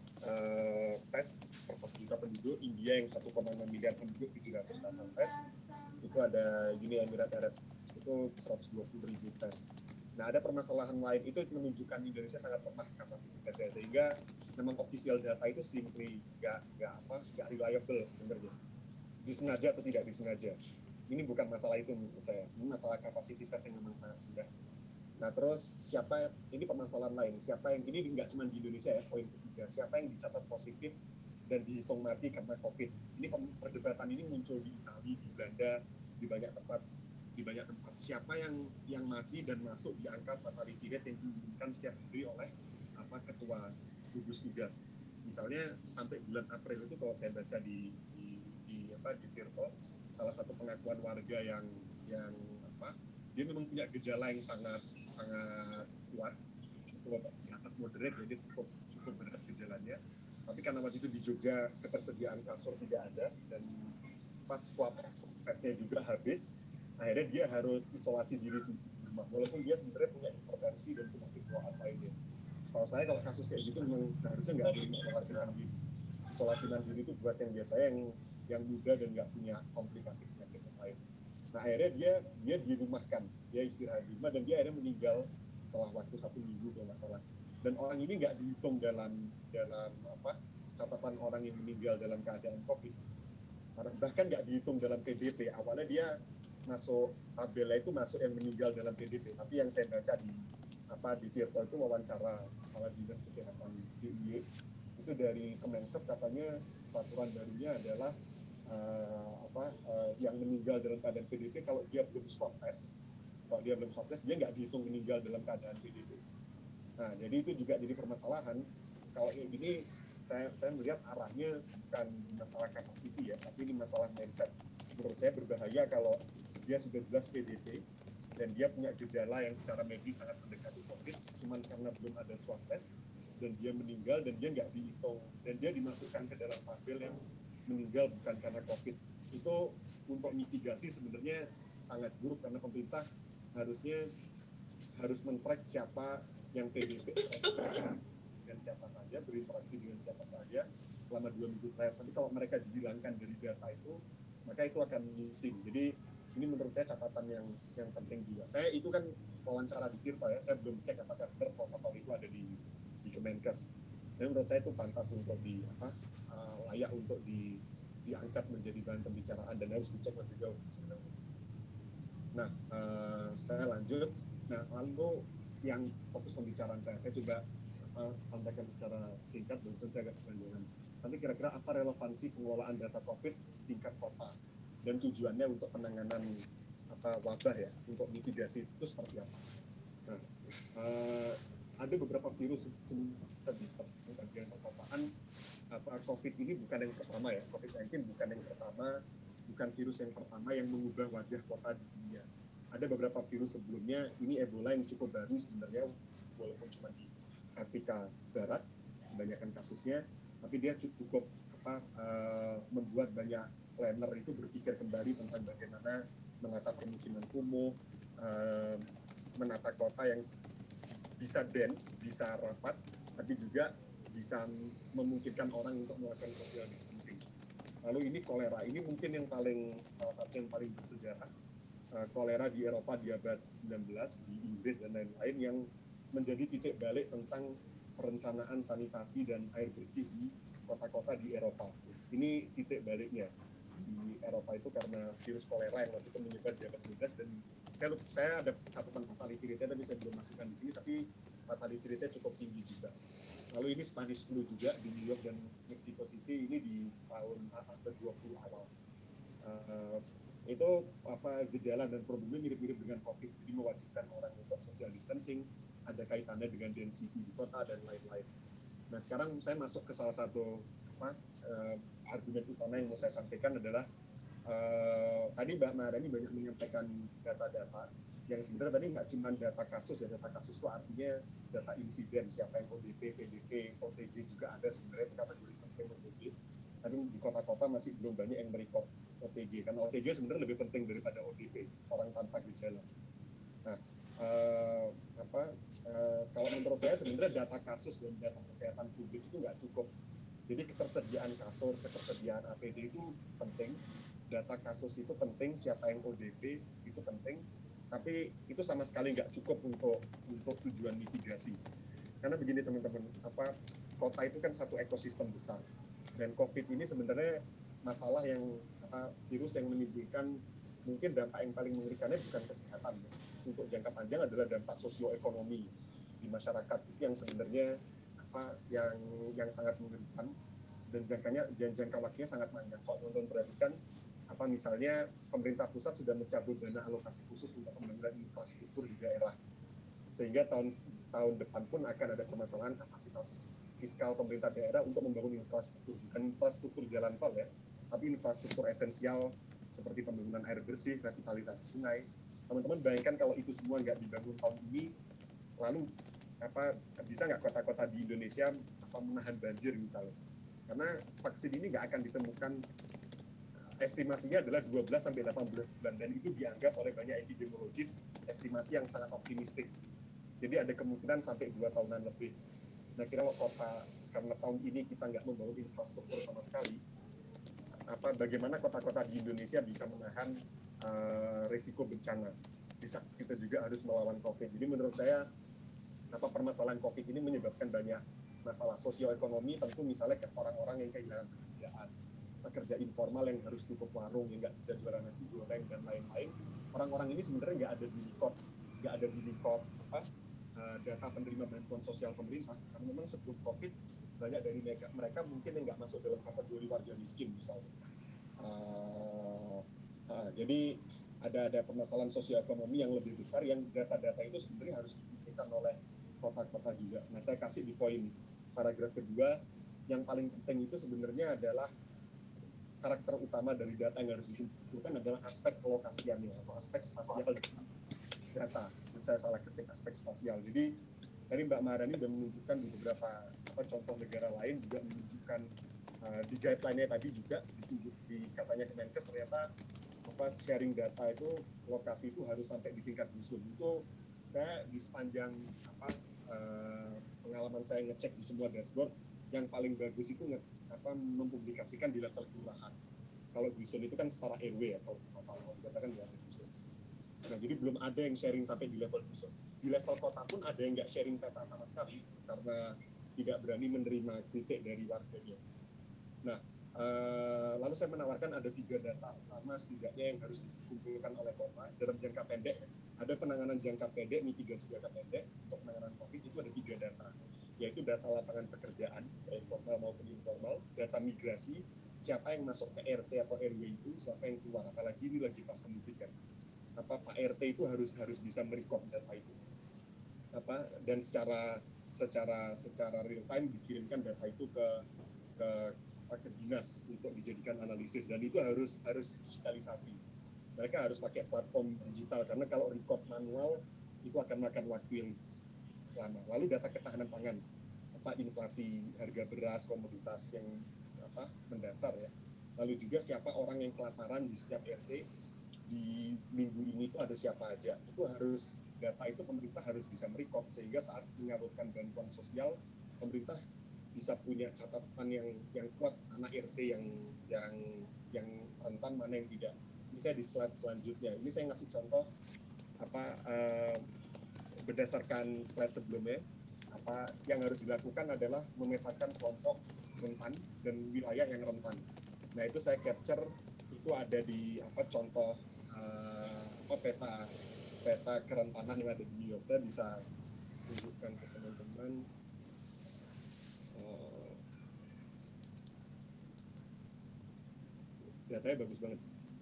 uh, tes per satu juta penduduk, India yang satu koma enam miliar penduduk tujuh ratus delapan tes, itu ada Uni Emirat Arab itu seratus dua puluh ribu tes. Nah, ada permasalahan lain itu menunjukkan Indonesia sangat lemah kapasitasnya, sehingga memang official data itu simply nggak nggak apa nggak reliable sebenarnya, disengaja atau tidak disengaja. Ini bukan masalah itu menurut saya, ini masalah kapasitas yang memang sangat rendah. Nah, terus siapa ini permasalahan lain? Siapa yang ini nggak cuma di Indonesia ya, poin ketiga, siapa yang dicatat positif dan dihitung mati karena COVID? Ini perdebatan ini muncul di Italia, di Belanda, di banyak tempat di banyak tempat siapa yang yang mati dan masuk di angka fatality rate yang diumumkan setiap hari oleh apa ketua gugus tugas. Misalnya sampai bulan April itu kalau saya baca di di, di apa di Tirto, salah satu pengakuan warga yang yang apa dia memang punya gejala yang sangat sangat kuat, cukup di atas moderate, jadi cukup cukup berat gejalanya. Tapi karena waktu itu di Jogja ketersediaan kasur tidak ada dan pas swab testnya juga habis, akhirnya dia harus isolasi diri sendiri di rumah, walaupun dia sebenarnya punya hipertensi dan penyakit bawaan lainnya. Setahu saya kalau kasus kayak gitu memang seharusnya nggak boleh isolasi mandiri. Isolasi mandiri itu buat yang biasanya yang yang muda dan nggak punya komplikasi penyakit yang lain. Nah akhirnya dia dia dirumahkan, dia istirahat di rumah dan dia akhirnya meninggal setelah waktu satu minggu kalau nggak salah. Dan orang ini nggak dihitung dalam dalam apa catatan orang yang meninggal dalam keadaan COVID. Bahkan nggak dihitung dalam P D P. Awalnya dia masuk tabelnya itu masuk yang meninggal dalam P D P. Tapi yang saya baca di apa di Tirto itu wawancara kepala dinas kesehatan D I Y itu dari Kemenkes katanya peraturan barunya adalah uh, apa uh, yang meninggal dalam keadaan P D P kalau dia belum swab test, kalau dia belum swab test dia nggak dihitung meninggal dalam keadaan P D P. Nah jadi itu juga jadi permasalahan kalau ini. Saya, saya melihat arahnya bukan masalah capacity ya, tapi ini masalah mindset. Menurut saya berbahaya kalau dia sudah jelas P D P dan dia punya gejala yang secara medis sangat mendekati COVID, cuman karena belum ada swab test dan dia meninggal dan dia nggak dihitung dan dia dimasukkan ke dalam tabel yang meninggal bukan karena COVID. Itu untuk mitigasi sebenarnya sangat buruk karena pemerintah harusnya harus men-track siapa yang P D P dengan siapa saja, berinteraksi dengan siapa saja selama dua minggu terakhir. Tapi kalau mereka dihilangkan dari data itu, maka itu akan missing. Jadi ini menurut saya catatan yang yang penting juga. Saya itu kan wawancara di Tirta ya, saya belum cek apakah benar protokol itu ada di di Kemenkes. Dan menurut saya itu pantas untuk di apa uh, layak untuk di diangkat menjadi bahan pembicaraan dan harus dicek lebih jauh sebenarnya. Nah, uh, saya lanjut. Nah, lalu yang fokus pembicaraan saya, saya coba uh, sampaikan secara singkat, barusan saya agak kepanjangan. Tapi kira-kira apa relevansi pengelolaan data COVID tingkat kota dan tujuannya untuk penanganan apa wabah ya, untuk mitigasi itu seperti apa? Nah, uh, ada beberapa virus di bagian perkotaan. Apa COVID ini bukan yang pertama ya, COVID sembilan belas bukan yang pertama, bukan virus yang pertama yang mengubah wajah kota di dunia. Ada beberapa virus sebelumnya, ini Ebola yang cukup baru sebenarnya, walaupun cuma di Afrika Barat, kebanyakan kasusnya, tapi dia cukup apa, uh, membuat banyak planner itu berpikir kembali tentang bagaimana menata pemukiman kumuh, uh, menata kota yang bisa dense, bisa rapat, tapi juga bisa memungkinkan orang untuk melakukan social distancing. Lalu ini kolera, ini mungkin yang paling salah satu yang paling bersejarah. Uh, kolera di Eropa di abad sembilan belas, di Inggris dan lain-lain yang menjadi titik balik tentang perencanaan sanitasi dan air bersih di kota-kota di Eropa. Ini titik baliknya di Eropa itu karena virus kolera yang waktu itu menyebar di abad sembilan belas, dan saya saya ada catatan fatality rate tapi saya belum masukkan di sini, tapi fatality rate cukup tinggi juga. Lalu ini Spanish flu juga di New York dan Mexico City ini di tahun abad dua puluh awal. Uh, itu apa gejala dan problemnya mirip-mirip dengan COVID, jadi mewajibkan orang untuk social distancing, ada kaitannya dengan density di kota dan lain-lain. Nah sekarang saya masuk ke salah satu apa uh, argumen utama yang mau saya sampaikan adalah uh, tadi Mbak Maharani banyak menyampaikan data-data yang sebenarnya tadi nggak cuma data kasus ya, data kasus itu artinya data insiden, siapa yang O D P, P D P, O T G juga ada sebenarnya, itu kategori penting O T G. Tapi di kota-kota masih belum banyak yang merekod O T G, karena O T G sebenarnya lebih penting daripada O D P, orang tanpa gejala. Nah, uh, apa uh, kalau menurut saya sebenarnya data kasus dan data kesehatan publik itu nggak cukup. Jadi ketersediaan kasur, ketersediaan A P D itu penting, data kasus itu penting, siapa yang O D P itu penting, tapi itu sama sekali nggak cukup untuk untuk tujuan mitigasi. Karena begini teman-teman, apa kota itu kan satu ekosistem besar, dan COVID ini sebenarnya masalah yang apa virus yang menimbulkan mungkin dampak yang paling mengerikannya bukan kesehatan. Untuk jangka panjang adalah dampak sosioekonomi di masyarakat, itu yang sebenarnya apa yang yang sangat mengerikan, dan jangkanya dan jangka waktunya sangat panjang. Kalau teman-teman perhatikan apa misalnya pemerintah pusat sudah mencabut dana alokasi khusus untuk pembangunan infrastruktur di daerah, sehingga tahun tahun depan pun akan ada permasalahan kapasitas fiskal pemerintah daerah untuk membangun infrastruktur, bukan infrastruktur jalan tol ya, tapi infrastruktur esensial seperti pembangunan air bersih, revitalisasi sungai. Teman-teman bayangkan kalau itu semua nggak dibangun tahun ini, lalu apa bisa nggak kota-kota di Indonesia apa menahan banjir misalnya? Karena vaksin ini nggak akan ditemukan, estimasinya adalah dua belas sampai delapan belas bulan, dan itu dianggap oleh banyak epidemiologis estimasi yang sangat optimistik. Jadi ada kemungkinan sampai dua tahunan lebih. Nah kira kalau kota karena tahun ini kita nggak membangun infrastruktur sama sekali, apa bagaimana kota-kota di Indonesia bisa menahan uh, risiko bencana? Bisa kita juga harus melawan COVID. Jadi menurut saya apa permasalahan COVID ini menyebabkan banyak masalah sosioekonomi, tentu misalnya ke orang-orang yang kehilangan pekerjaan, pekerja informal yang harus tutup warung, yang nggak bisa jualan nasi goreng dan lain-lain. Orang-orang ini sebenarnya nggak ada di record, nggak ada di record apa uh, data penerima bantuan sosial pemerintah, karena memang sebelum COVID banyak dari mereka, mereka mungkin yang nggak masuk dalam kategori warga miskin misalnya. Uh, uh, jadi ada ada permasalahan sosioekonomi yang lebih besar yang data-data itu sebenarnya harus dipikirkan oleh kota-kota juga. Nah saya kasih di poin paragraf kedua, yang paling penting itu sebenarnya adalah karakter utama dari data yang harus disimpulkan adalah aspek lokasiannya atau aspek spasial data. Saya salah ketik aspek spasial. Jadi tadi Mbak Maharani sudah menunjukkan di beberapa apa, contoh negara lain juga menunjukkan uh, di guideline-nya tadi juga ditunjuk di katanya Kemenkes ternyata apa sharing data itu lokasi itu harus sampai di tingkat dusun. Itu saya di sepanjang apa uh, pengalaman saya ngecek di semua dashboard, yang paling bagus itu nge, apa mempublikasikan di level kelurahan. Kalau dusun itu kan setara R W ya, kalau kalau dikatakan di ada dusun. Nah jadi belum ada yang sharing sampai di level dusun. Di level kota pun ada yang nggak sharing peta sama sekali karena tidak berani menerima kritik dari warganya. Nah Uh, lalu saya menawarkan ada tiga data utama setidaknya yang harus dikumpulkan oleh kota dalam jangka pendek. Ada penanganan jangka pendek, mitigasi jangka pendek untuk penanganan COVID itu ada tiga data, yaitu data lapangan pekerjaan, baik formal maupun informal, data migrasi, siapa yang masuk ke R T atau R W itu, siapa yang keluar, apalagi ini lagi fase mudik kan. Apa Pak R T itu harus harus bisa merecord data itu. Apa dan secara secara secara real time dikirimkan data itu ke ke ke dinas untuk dijadikan analisis, dan itu harus harus digitalisasi. Mereka harus pakai platform digital karena kalau record manual itu akan makan waktu yang lama. Lalu data ketahanan pangan, apa inflasi harga beras, komoditas yang apa mendasar ya. Lalu juga siapa orang yang kelaparan di setiap R T di minggu ini itu ada siapa aja. Itu harus data itu pemerintah harus bisa merecord sehingga saat menyalurkan bantuan sosial pemerintah bisa punya catatan yang yang kuat mana R T yang yang yang rentan, mana yang tidak. Ini saya di slide selanjutnya. Ini saya ngasih contoh apa uh, berdasarkan slide sebelumnya. apa yang harus dilakukan adalah memetakan kelompok rentan dan wilayah yang rentan. Nah itu saya capture, itu ada di apa contoh uh, apa peta peta kerentanan yang ada di New York. Saya bisa tunjukkan ke teman-teman. Uh, datanya bagus banget.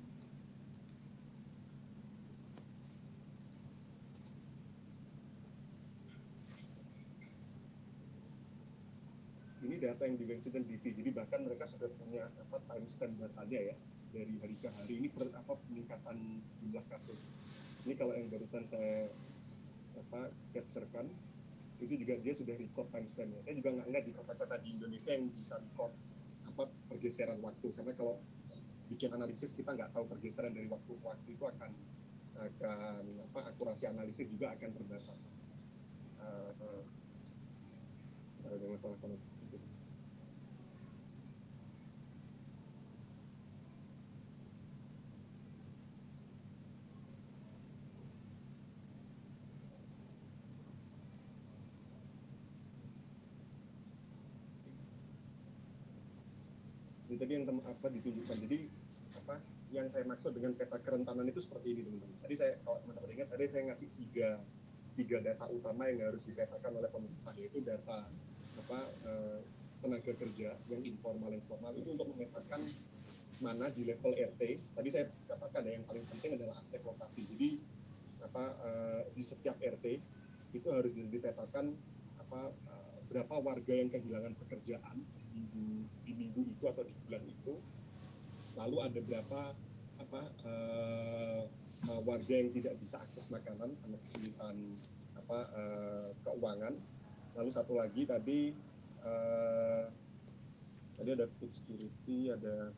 Ini data yang di Washington D C, jadi bahkan mereka sudah punya apa timestamp datanya ya dari hari ke hari ini per, apa peningkatan jumlah kasus. Ini kalau yang barusan saya apa capturekan itu juga dia sudah record timestampnya. Saya juga nggak ingat di kota-kota di Indonesia yang bisa record apa pergeseran waktu, karena kalau bikin analisis kita nggak tahu pergeseran dari waktu ke waktu itu akan akan apa akurasi analisis juga akan terbatas. Uh, uh, ada masalah konektivitas. Ini tadi yang apa ditunjukkan. Jadi apa yang saya maksud dengan peta kerentanan itu seperti ini teman-teman. Tadi saya kalau teman-teman ingat tadi saya ngasih tiga tiga data utama yang harus dipetakan oleh pemerintah, yaitu data apa eh, tenaga kerja yang informal yang formal itu untuk memetakan mana di level R T. Tadi saya katakan yang paling penting adalah aspek lokasi. Jadi apa eh, di setiap R T itu harus dipetakan apa eh, berapa warga yang kehilangan pekerjaan di minggu di minggu itu atau di bulan itu. Lalu ada berapa apa uh, uh, warga yang tidak bisa akses makanan karena kesulitan apa uh, keuangan. Lalu satu lagi tadi uh, tadi ada food security, ada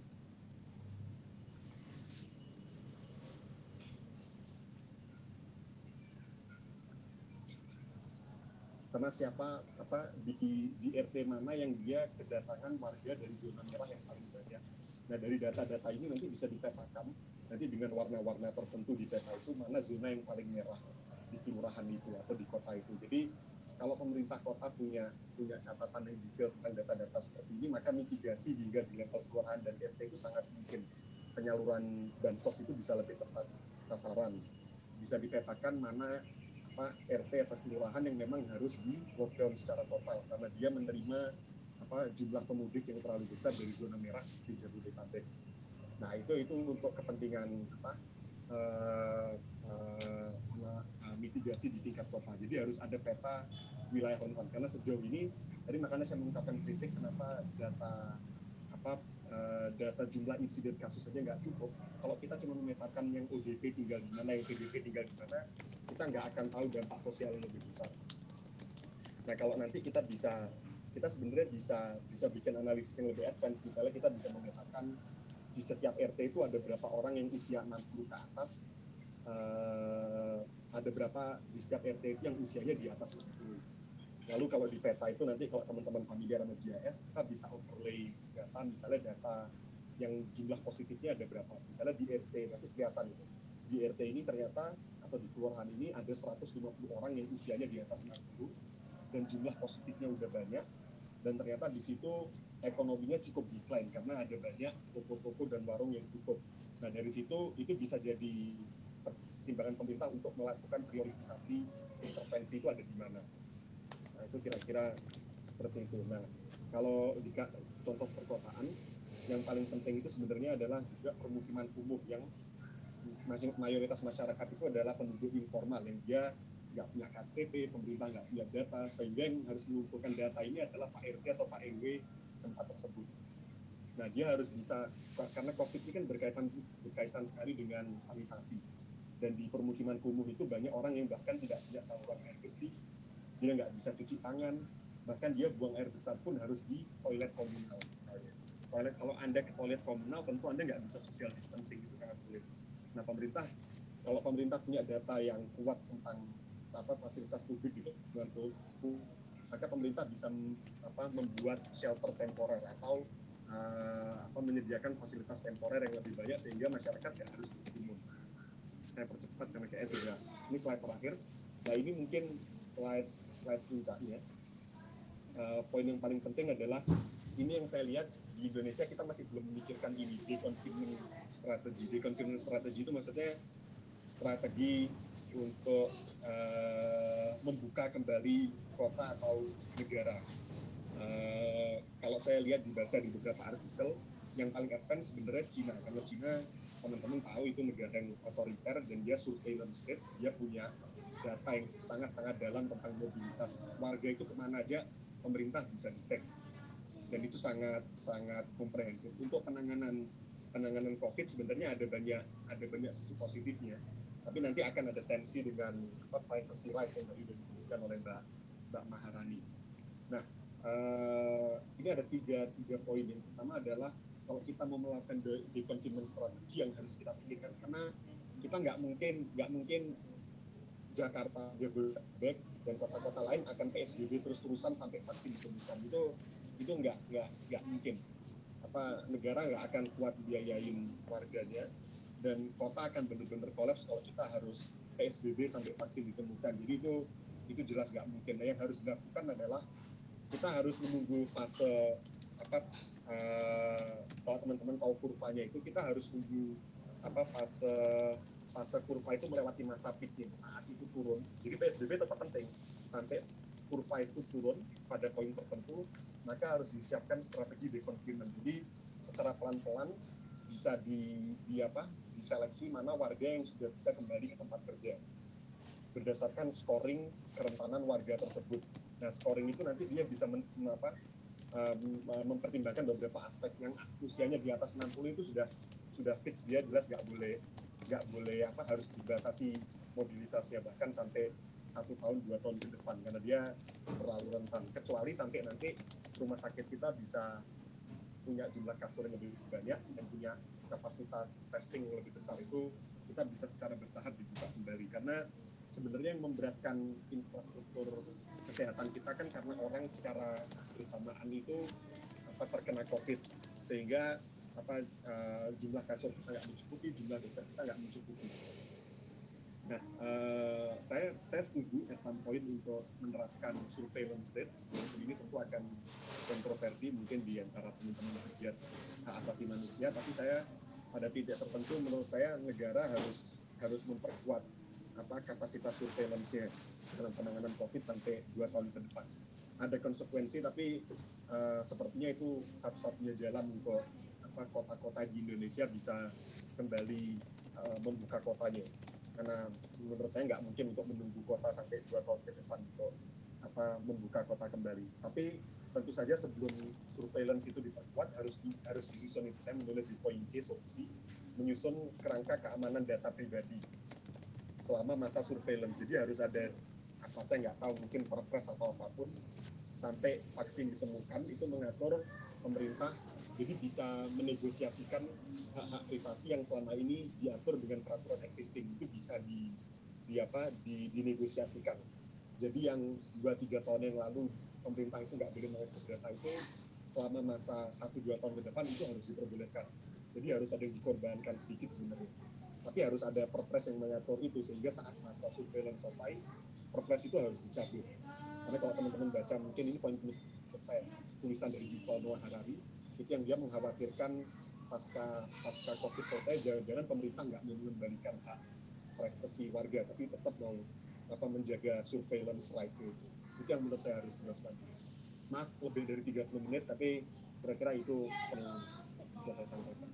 sama siapa apa di di R T mana yang dia kedatangan warga dari zona merah yang paling banyak. Nah dari data-data ini nanti bisa dipetakan nanti dengan warna-warna tertentu di peta itu mana zona yang paling merah di kelurahan itu atau di kota itu. Jadi kalau pemerintah kota punya punya catatan yang detail tentang data-data seperti ini, maka mitigasi hingga di level kelurahan dan R T itu sangat mungkin. Penyaluran bansos itu bisa lebih tepat sasaran, bisa dipetakan mana apa R T atau kelurahan yang memang harus di lockdown secara total karena dia menerima apa jumlah pemudik yang terlalu besar dari zona merah seperti Jabodetabek. Nah itu itu untuk kepentingan apa uh, uh, uh, mitigasi di tingkat kota. Jadi harus ada peta wilayah rentan karena sejauh ini tadi makanya saya mengungkapkan kritik kenapa data apa uh, data jumlah insiden kasus saja nggak cukup. Kalau kita cuma memetakan yang O D P tinggal di mana, yang P D P tinggal di mana, kita nggak akan tahu dampak sosial yang lebih besar. Nah kalau nanti kita bisa kita sebenarnya bisa bisa bikin analisis yang lebih advance. Misalnya kita bisa memetakan di setiap R T itu ada berapa orang yang usia enam puluh ke atas, uh, ada berapa di setiap R T yang usianya di atas enam puluh. Lalu kalau di peta itu nanti kalau teman-teman familiar sama G I S, kita bisa overlay data, misalnya data yang jumlah positifnya ada berapa. Misalnya di R T, nanti kelihatan gitu. Di R T ini ternyata, atau di kelurahan ini ada seratus lima puluh orang yang usianya di atas enam puluh, dan jumlah positifnya udah banyak, dan ternyata di situ ekonominya cukup decline, karena ada banyak toko-toko dan warung yang tutup. Nah dari situ, itu bisa jadi pertimbangan pemerintah untuk melakukan priorisasi intervensi itu ada di mana. Nah, itu kira-kira seperti itu. Nah, kalau di contoh perkotaan, yang paling penting itu sebenarnya adalah juga permukiman kumuh yang mayoritas masyarakat itu adalah penduduk informal yang dia nggak punya K T P, pemerintah nggak punya data, sehingga yang harus mengumpulkan data ini adalah Pak R T atau Pak R W tempat tersebut. Nah, dia harus bisa, karena COVID ini kan berkaitan berkaitan sekali dengan sanitasi. Dan di permukiman kumuh itu banyak orang yang bahkan tidak punya saluran air bersih, dia nggak bisa cuci tangan, bahkan dia buang air besar pun harus di toilet komunal misalnya. Toilet, kalau Anda ke toilet komunal tentu Anda nggak bisa social distancing, itu sangat sulit. Nah pemerintah, kalau pemerintah punya data yang kuat tentang apa fasilitas publik di lingkungan kumuh, maka pemerintah bisa apa, membuat shelter temporer atau uh, apa, menyediakan fasilitas temporer yang lebih banyak sehingga masyarakat nggak harus berkerumun. Saya percepat karena kayaknya sudah, ini slide terakhir. Nah ini mungkin slide slide puncaknya, uh, poin yang paling penting adalah ini yang saya lihat di Indonesia kita masih belum memikirkan ini, deconfinement strategi. Deconfinement strategi itu maksudnya strategi untuk uh, membuka kembali kota atau negara. Uh, kalau saya lihat dibaca di beberapa artikel, yang paling advance sebenarnya Cina, karena Cina teman-teman tahu itu negara yang otoriter dan dia surveillance state, dia punya data yang sangat-sangat dalam tentang mobilitas warga itu kemana aja pemerintah bisa detect, dan itu sangat-sangat komprehensif. Untuk penanganan penanganan COVID sebenarnya ada banyak ada banyak sisi positifnya, tapi nanti akan ada tensi dengan apa, privacy rights yang tadi sudah disebutkan oleh Mbak Mbak Maharani. Nah, uh, ini ada tiga tiga poin. Yang pertama adalah kalau kita mau melakukan deconfinement strategi yang harus kita pikirkan, karena kita nggak mungkin nggak mungkin Jakarta, Jabodetabek dan kota-kota lain akan P S B B terus-terusan sampai vaksin ditemukan. Itu itu nggak nggak nggak mungkin. Apa negara nggak akan kuat biayain warganya, dan kota akan benar-benar kolaps kalau kita harus P S B B sampai vaksin ditemukan. Jadi itu itu jelas nggak mungkin. Nah, yang harus dilakukan adalah kita harus menunggu fase apa uh, kalau teman-teman tahu kurvanya itu, kita harus tunggu apa fase fase kurva itu melewati masa peaknya, saat itu turun. Jadi P S B B tetap penting sampai kurva itu turun pada poin tertentu, maka harus disiapkan strategi deconfinement. Jadi secara pelan-pelan bisa di, di apa diseleksi mana warga yang sudah bisa kembali ke tempat kerja berdasarkan scoring kerentanan warga tersebut. Nah, scoring itu nanti dia bisa men, apa, um, mempertimbangkan beberapa aspek. Yang usianya di atas enam puluh itu sudah sudah fix, dia jelas nggak boleh nggak boleh apa harus dibatasi mobilitasnya bahkan sampai satu tahun dua tahun ke depan, karena dia terlalu rentan. Kecuali sampai nanti rumah sakit kita bisa punya jumlah kasur yang lebih banyak dan punya kapasitas testing yang lebih besar, itu kita bisa secara bertahap dibuka kembali. Karena sebenarnya yang memberatkan infrastruktur kesehatan kita kan karena orang secara bersamaan itu apa terkena COVID, sehingga apa uh, jumlah kasur kita nggak mencukupi, jumlah dokter kita nggak mencukupi. Nah, uh, saya saya setuju at some point untuk menerapkan surveillance state, walaupun ini tentu akan kontroversi mungkin di antara teman-teman pegiat hak asasi manusia, tapi saya pada titik tertentu menurut saya negara harus harus memperkuat apa kapasitas surveillance-nya dalam penanganan COVID sampai dua tahun ke depan. Ada konsekuensi, tapi uh, sepertinya itu satu-satunya jalan untuk apa kota-kota di Indonesia bisa kembali uh, membuka kotanya. Karena menurut saya nggak mungkin untuk menunggu kota sampai dua tahun ke depan untuk apa membuka kota kembali. Tapi tentu saja sebelum surveillance itu diperkuat harus di, harus disusun, itu saya menulis di poin C solusi, menyusun kerangka keamanan data pribadi selama masa surveillance. Jadi harus ada apa saya nggak tahu mungkin perpres atau apapun sampai vaksin ditemukan, itu mengatur pemerintah jadi bisa menegosiasikan hak-hak privasi yang selama ini diatur dengan peraturan existing, itu bisa di, di apa di, dinegosiasikan. Jadi yang dua tiga tahun yang lalu pemerintah itu nggak boleh mengakses data itu, selama masa satu dua tahun ke depan itu harus diperbolehkan. Jadi harus ada yang dikorbankan sedikit sebenarnya. Tapi harus ada perpres yang mengatur itu, sehingga saat masa surveillance selesai, perpres itu harus dicabut. Karena kalau teman-teman baca, mungkin ini poin penutup saya, tulisan dari Yuval Noah Harari, itu yang dia mengkhawatirkan pasca pasca COVID selesai, jangan-jangan pemerintah nggak mau mengembalikan hak privasi warga, tapi tetap mau apa menjaga surveillance right itu. Itu yang menurut saya harus dijelaskan. Maaf lebih dari tiga puluh menit, tapi kira-kira itu yang bisa saya sampaikan.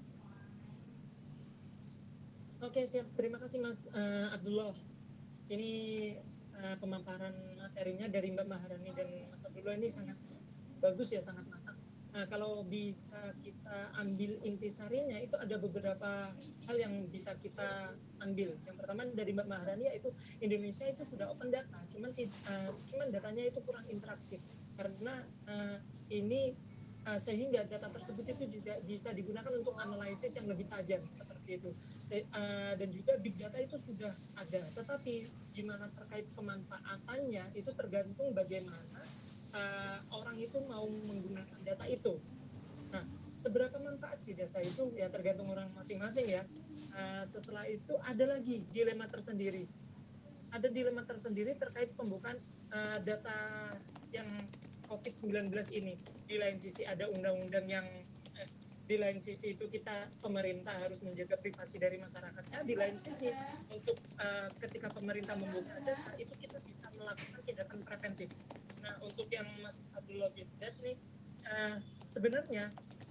Oke, siap. Terima kasih Mas uh, Abdullah. Ini uh, pemaparan materinya dari Mbak Maharani dan Mas Abdullah ini sangat bagus ya, sangat matang. Nah, kalau bisa kita ambil intisarinya, itu ada beberapa hal yang bisa kita ambil. Yang pertama dari Mbak Maharani, yaitu Indonesia itu sudah open data, cuman uh, cuman datanya itu kurang interaktif. Karena uh, ini uh, sehingga data tersebut itu juga bisa digunakan untuk analisis yang lebih tajam seperti itu. Se- uh, dan juga big data itu sudah ada, tetapi gimana terkait pemanfaatannya itu tergantung bagaimana Uh, orang itu mau menggunakan data itu. Nah, seberapa manfaat sih data itu ya tergantung orang masing-masing ya. Uh, setelah itu ada lagi dilema tersendiri. Ada dilema tersendiri terkait pembukaan uh, data yang covid sembilan belas ini. Di lain sisi ada undang-undang yang eh, di lain sisi itu kita pemerintah harus menjaga privasi dari masyarakatnya. Di lain sisi untuk uh, ketika pemerintah membuka data itu kita bisa melakukan tindakan preventif. Nah untuk yang Mas Abdullah bin Zaid nih uh, sebenarnya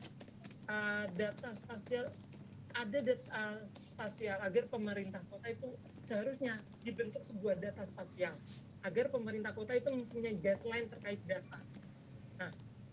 uh, data spasial ada data spasial agar pemerintah kota itu seharusnya dibentuk sebuah data spasial agar pemerintah kota itu mempunyai guideline terkait data. Nah,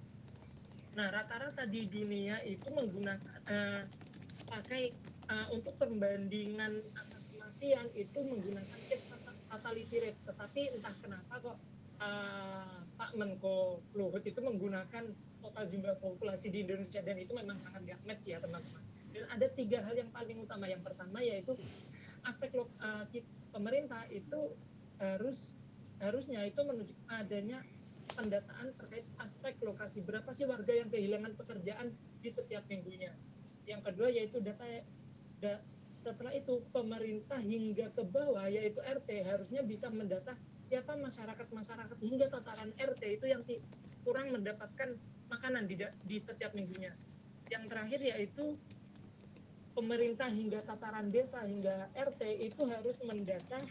nah rata-rata di dunia itu menggunakan uh, pakai uh, untuk perbandingan angka kematian itu menggunakan case fatality rate. Tetapi entah kenapa kok uh, Pak Menko Luhut itu menggunakan total jumlah populasi di Indonesia dan itu memang sangat gak match ya teman-teman. Dan ada tiga hal yang paling utama. Yang pertama yaitu aspek lo, uh, pemerintah itu harus harusnya itu menunjukkan adanya pendataan terkait aspek lokasi berapa sih warga yang kehilangan pekerjaan di setiap minggunya. Yang kedua yaitu data da, setelah itu pemerintah hingga ke bawah yaitu R T harusnya bisa mendata siapa masyarakat-masyarakat hingga tataran R T itu yang kurang mendapatkan makanan di, di setiap minggunya. Yang terakhir yaitu pemerintah hingga tataran desa hingga R T itu harus mendata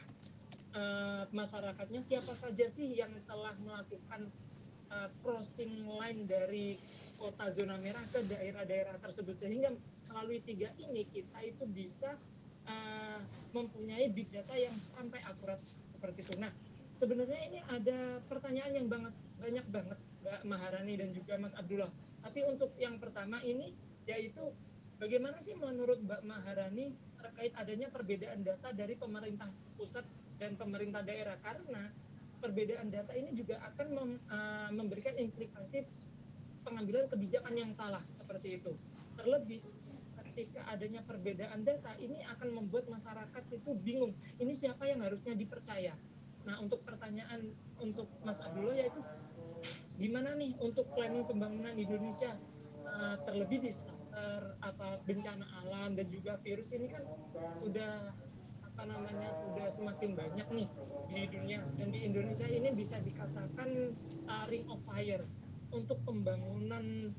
uh, masyarakatnya siapa saja sih yang telah melakukan uh, crossing line dari kota zona merah ke daerah-daerah tersebut sehingga melalui tiga ini kita itu bisa uh, mempunyai big data yang sampai akurat seperti itu. Nah sebenarnya ini ada pertanyaan yang banget banyak banget Mbak Maharani dan juga Mas Abdullah. Tapi untuk yang pertama ini yaitu bagaimana sih menurut Mbak Maharani terkait adanya perbedaan data dari pemerintah pusat dan pemerintah daerah? Karena perbedaan data ini juga akan mem, uh, memberikan implikasi pengambilan kebijakan yang salah seperti itu. Terlebih ketika adanya perbedaan data ini akan membuat masyarakat itu bingung. Ini siapa yang harusnya dipercaya? Nah untuk pertanyaan untuk Mas Abdullah yaitu gimana nih untuk planning pembangunan Indonesia? Uh, terlebih di disaster apa bencana alam dan juga virus ini kan sudah apa namanya sudah semakin banyak nih di dunia dan di Indonesia ini bisa dikatakan uh, ring of fire untuk pembangunan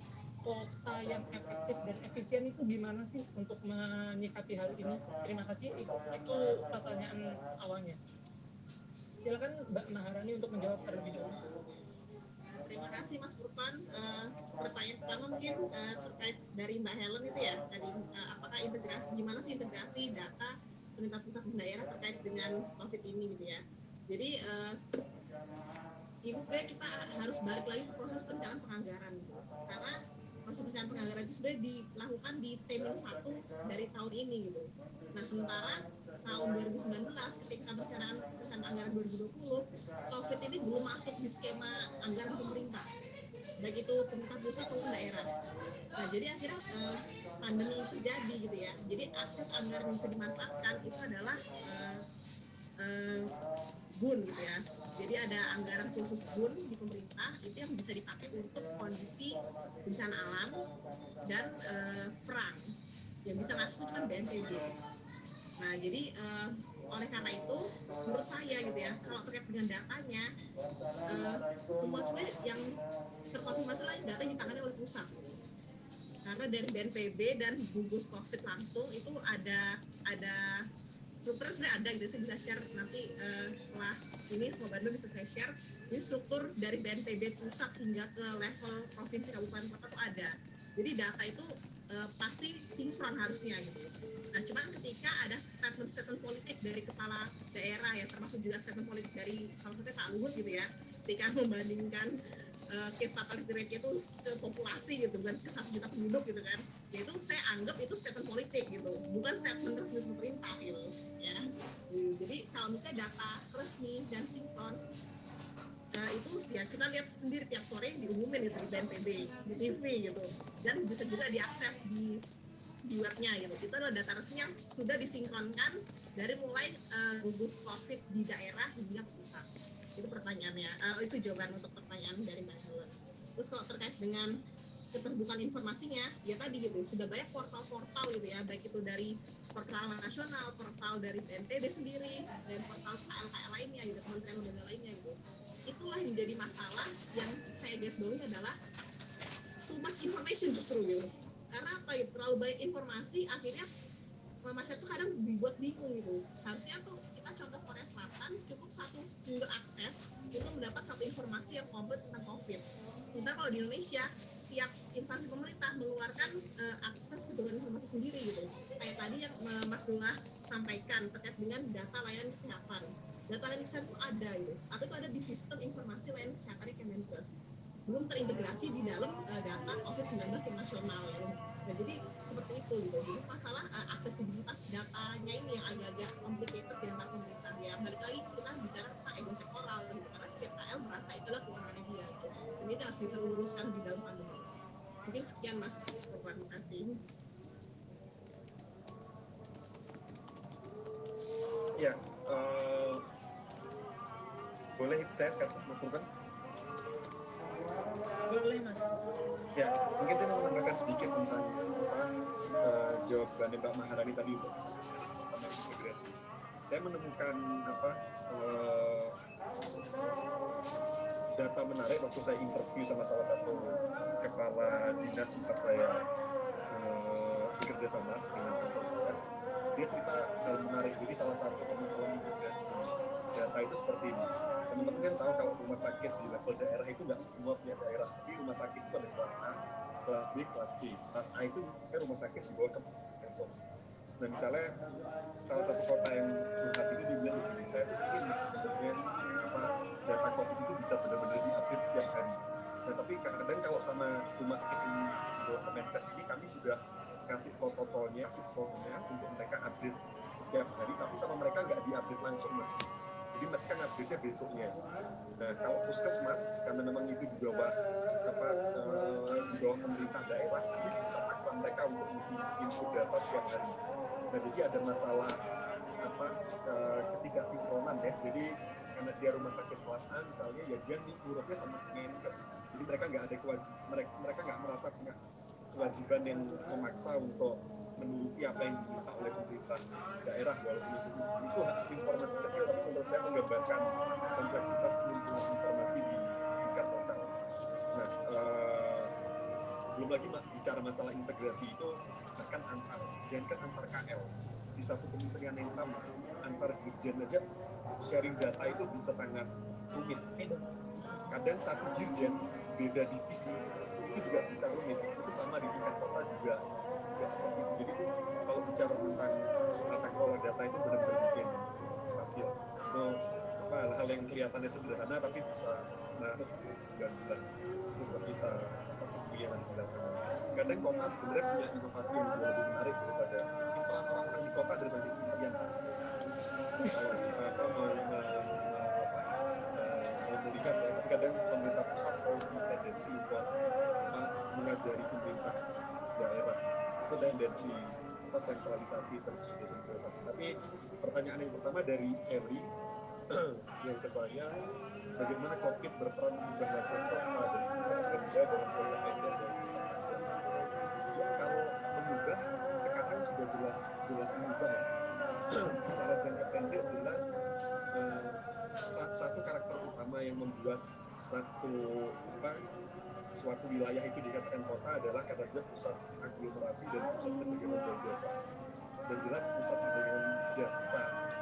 kota yang efektif dan efisien itu gimana sih untuk menyikapi hal ini? Terima kasih itu, itu pertanyaan awalnya. Silakan Mbak Maharani untuk menjawab terlebih dahulu. Terima kasih Mas Furqan. Uh, pertanyaan pertama mungkin uh, terkait dari Mbak Helen itu ya tadi uh, apakah integrasi gimana sih integrasi data pemerintah pusat dan daerah terkait dengan COVID ini gitu ya. Jadi uh, ini sebenarnya kita harus balik lagi ke proses perencanaan penganggaran gitu. Karena proses perencanaan penganggaran itu sebenarnya dilakukan di T minus satu dari tahun ini gitu. Nah sementara tahun dua ribu sembilan belas ketika perencanaan perencanaan anggaran dua ribu dua puluh COVID ini belum masuk di skema anggaran pemerintah baik itu pemerintah pusat maupun daerah. Nah jadi akhirnya eh, pandemi itu terjadi gitu ya. Jadi akses anggaran yang bisa dimanfaatkan itu adalah eh, eh, B U N gitu ya. Jadi ada anggaran khusus B U N di pemerintah itu yang bisa dipakai untuk kondisi bencana alam dan eh, perang. Yang bisa ngasih cuma B N P B. Nah jadi eh, oleh karena itu menurut saya gitu ya kalau terkait dengan datanya eh, semua sebenarnya yang terkonfirmasi lah data yang ditangani oleh pusat gitu. Karena dari B N P B dan gugus COVID langsung itu ada ada strukturnya sudah ada gitu, saya bisa share nanti uh, setelah ini semoga Bandung bisa saya share ini struktur dari B N P B pusat hingga ke level provinsi kabupaten kota itu ada. Jadi data itu uh, pasti sinkron harusnya gitu. Nah cuman ketika ada statement-statement politik dari kepala daerah ya termasuk juga statement politik dari salah satunya Pak Luhut gitu ya ketika membandingkan uh, case fatality rate itu ke populasi gitu bukan ke satu juta penduduk gitu kan ya itu saya anggap itu statement politik gitu bukan statement resmi pemerintah gitu ya jadi kalau misalnya data resmi dan sinkron uh, itu ya kita lihat sendiri tiap sore diumumin gitu di B N P B di T V gitu dan bisa juga diakses di di webnya gitu itu adalah data resmi yang sudah disinkronkan dari mulai uh, gugus COVID di daerah hingga ke pusat itu pertanyaannya uh, itu jawaban untuk pertanyaan dari Mbak Helen. Terus kalau terkait dengan keterbukaan informasinya ya tadi gitu, sudah banyak portal-portal gitu ya, baik itu dari portal nasional, portal dari B N P B sendiri, dan portal K L K L lainnya gitu, kementerian lembaga lainnya gitu. Itulah yang menjadi masalah yang saya garis bawahi adalah too much information justru gitu. Karena apa gitu, terlalu banyak informasi akhirnya masyarakat tuh kadang dibuat bingung gitu. Harusnya tuh kita contoh Korea Selatan cukup satu single akses untuk mendapat satu informasi yang komplit tentang COVID. Sementara kalau di Indonesia setiap instansi pemerintah mengeluarkan uh, akses kebutuhan informasi sendiri gitu. Kayak tadi yang uh, Mas Dullah sampaikan terkait dengan data layanan kesehatan. Data layanan kesehatan itu ada gitu, tapi itu ada di sistem informasi layanan kesehatannya Kemenkes. Belum terintegrasi di dalam uh, data COVID sembilan belas yang nasional gitu. Nah, jadi seperti itu gitu. Jadi masalah uh, aksesibilitas datanya ini yang agak-agak complicated di antara pemerintah ya. Balik lagi kita bicara tentang ego sektoral gitu. Karena setiap K L merasa itu adalah kewenangannya dia gitu. Ini itu harus diluruskan di dalam pandemi. Mungkin sekian Mas. Terima kasih. Ya, uh, boleh saya kata Mas Furkan? Boleh Mas. Ya, mungkin saya mau menambahkan sedikit tentang apa uh, jawabannya Mbak Maharani tadi untuk pertanyaan yang pertama integrasi. Saya menemukan apa uh, data menarik waktu saya interview sama salah satu kepala dinas tempat saya uh, bekerja sama dengan kantor saya. Dia cerita hal menarik. Jadi salah satu permasalahan integrasi data itu seperti ini. Teman-teman kan tahu kalau rumah sakit di level daerah itu nggak semua punya daerah. Jadi rumah sakit itu ada kelas A, kelas B, kelas C. Kelas A itu rumah sakit di bawah Kemenkes. Nah misalnya salah satu kota yang curhat itu dia bilang begini, saya tuh ingin sebenarnya apa data COVID itu bisa benar-benar diupdate setiap hari. Nah tapi kadang kalau sama rumah sakit yang di bawah Kemenkes ini kami sudah kasih protokolnya, sipolnya untuk mereka update setiap hari, tapi sama mereka nggak diupdate langsung mas. Jadi mereka update-nya besoknya. Nah kalau puskesmas karena memang itu di bawah apa uh, di bawah pemerintah daerah, kami bisa paksa mereka untuk mengisi input data setiap hari. Nah jadi ada masalah apa uh, ketidaksinkronan ya. Jadi karena dia rumah sakit kelas A misalnya, ya dia nurutnya sama Kemenkes. Jadi mereka nggak ada kewajiban, mereka mereka nggak merasa punya kewajiban yang memaksa untuk menuruti apa yang diminta oleh pemerintah daerah, walaupun itu itu informasi kecil tapi menurut saya menggambarkan kompleksitas pengumpulan informasi di tingkat lokal. Nah, uh, belum lagi bicara masalah integrasi itu bahkan antar jangan antar K L di satu kementerian yang sama, antar dirjen aja sharing data itu bisa sangat rumit. Kadang satu dirjen beda divisi itu juga bisa rumit. Itu sama di tingkat kota juga juga seperti itu. Jadi itu kalau bicara tentang tata kelola data itu benar-benar bikin mustahil. Itu apa hal-hal yang kelihatannya sederhana tapi bisa macet bulan-bulan untuk kita apa pemilihan data. Kadang kota sebenarnya punya inovasi yang jauh lebih menarik daripada peran orang-orang di kota daripada di kementerian sebetulnya. Kalau kita apa mau mau mau apa uh, mau melihat ya, tapi kadang pemerintah pusat selalu punya tendensi untuk apa mengajari pemerintah daerah itu tendensi apa sentralisasi versus desentralisasi. Tapi pertanyaan yang pertama dari Feli yang ke saya, bagaimana COVID berperan mengubah wajah kota dan kebijakan Pemda dalam jangka pendek dan jangka panjang? Kalau mengubah sekarang sudah jelas jelas mengubah ya. Secara jangka pendek jelas eh, satu karakter utama yang membuat satu apa suatu wilayah itu dikatakan kota adalah karena dia pusat aglomerasi dan pusat perdagangan dan jasa. Dan jelas pusat perdagangan jasa,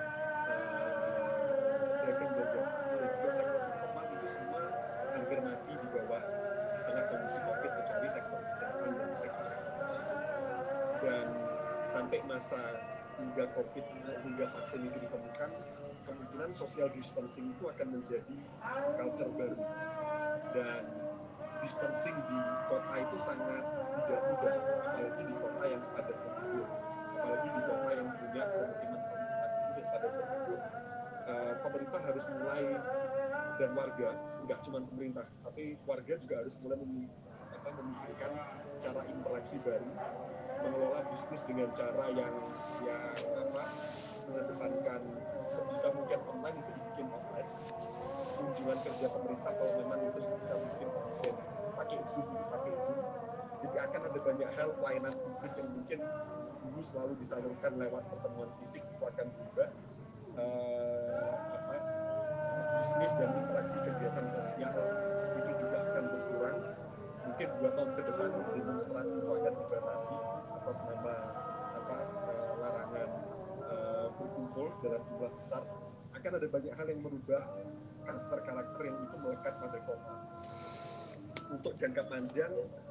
eh, dagang dan jasa dan juga sektor informal itu semua hampir mati di bawah di tengah kondisi COVID kecuali sektor kesehatan dan sektor-sektor tertentu. Dan sampai masa hingga COVID hingga vaksin itu ditemukan, kemungkinan social distancing itu akan menjadi culture baru. Dan distancing di kota itu sangat tidak mudah, apalagi di kota yang padat penduduk, apalagi di kota yang punya pemukiman pemukiman yang padat penduduk. Uh, pemerintah harus mulai dan warga, nggak cuma pemerintah, tapi warga juga harus mulai mem, apa, memikirkan cara interaksi baru, mengelola bisnis dengan cara yang yang apa mengedepankan sebisa mungkin online itu dibikin online, kunjungan kerja pemerintah kalau memang itu sebisa mungkin dibikin pakai Zoom itu pakai Zoom, Jadi akan ada banyak hal pelayanan publik yang mungkin dulu selalu disalurkan lewat pertemuan fisik itu akan berubah. Uh, apa bisnis dan interaksi kegiatan sosial itu juga akan berkurang. Mungkin dua tahun ke depan demonstrasi itu akan dibatasi atas nama apa uh, larangan uh, berkumpul dalam jumlah besar. Akan ada banyak hal yang merubah karakter-karakter yang itu melekat pada kota. Untuk jangka panjang,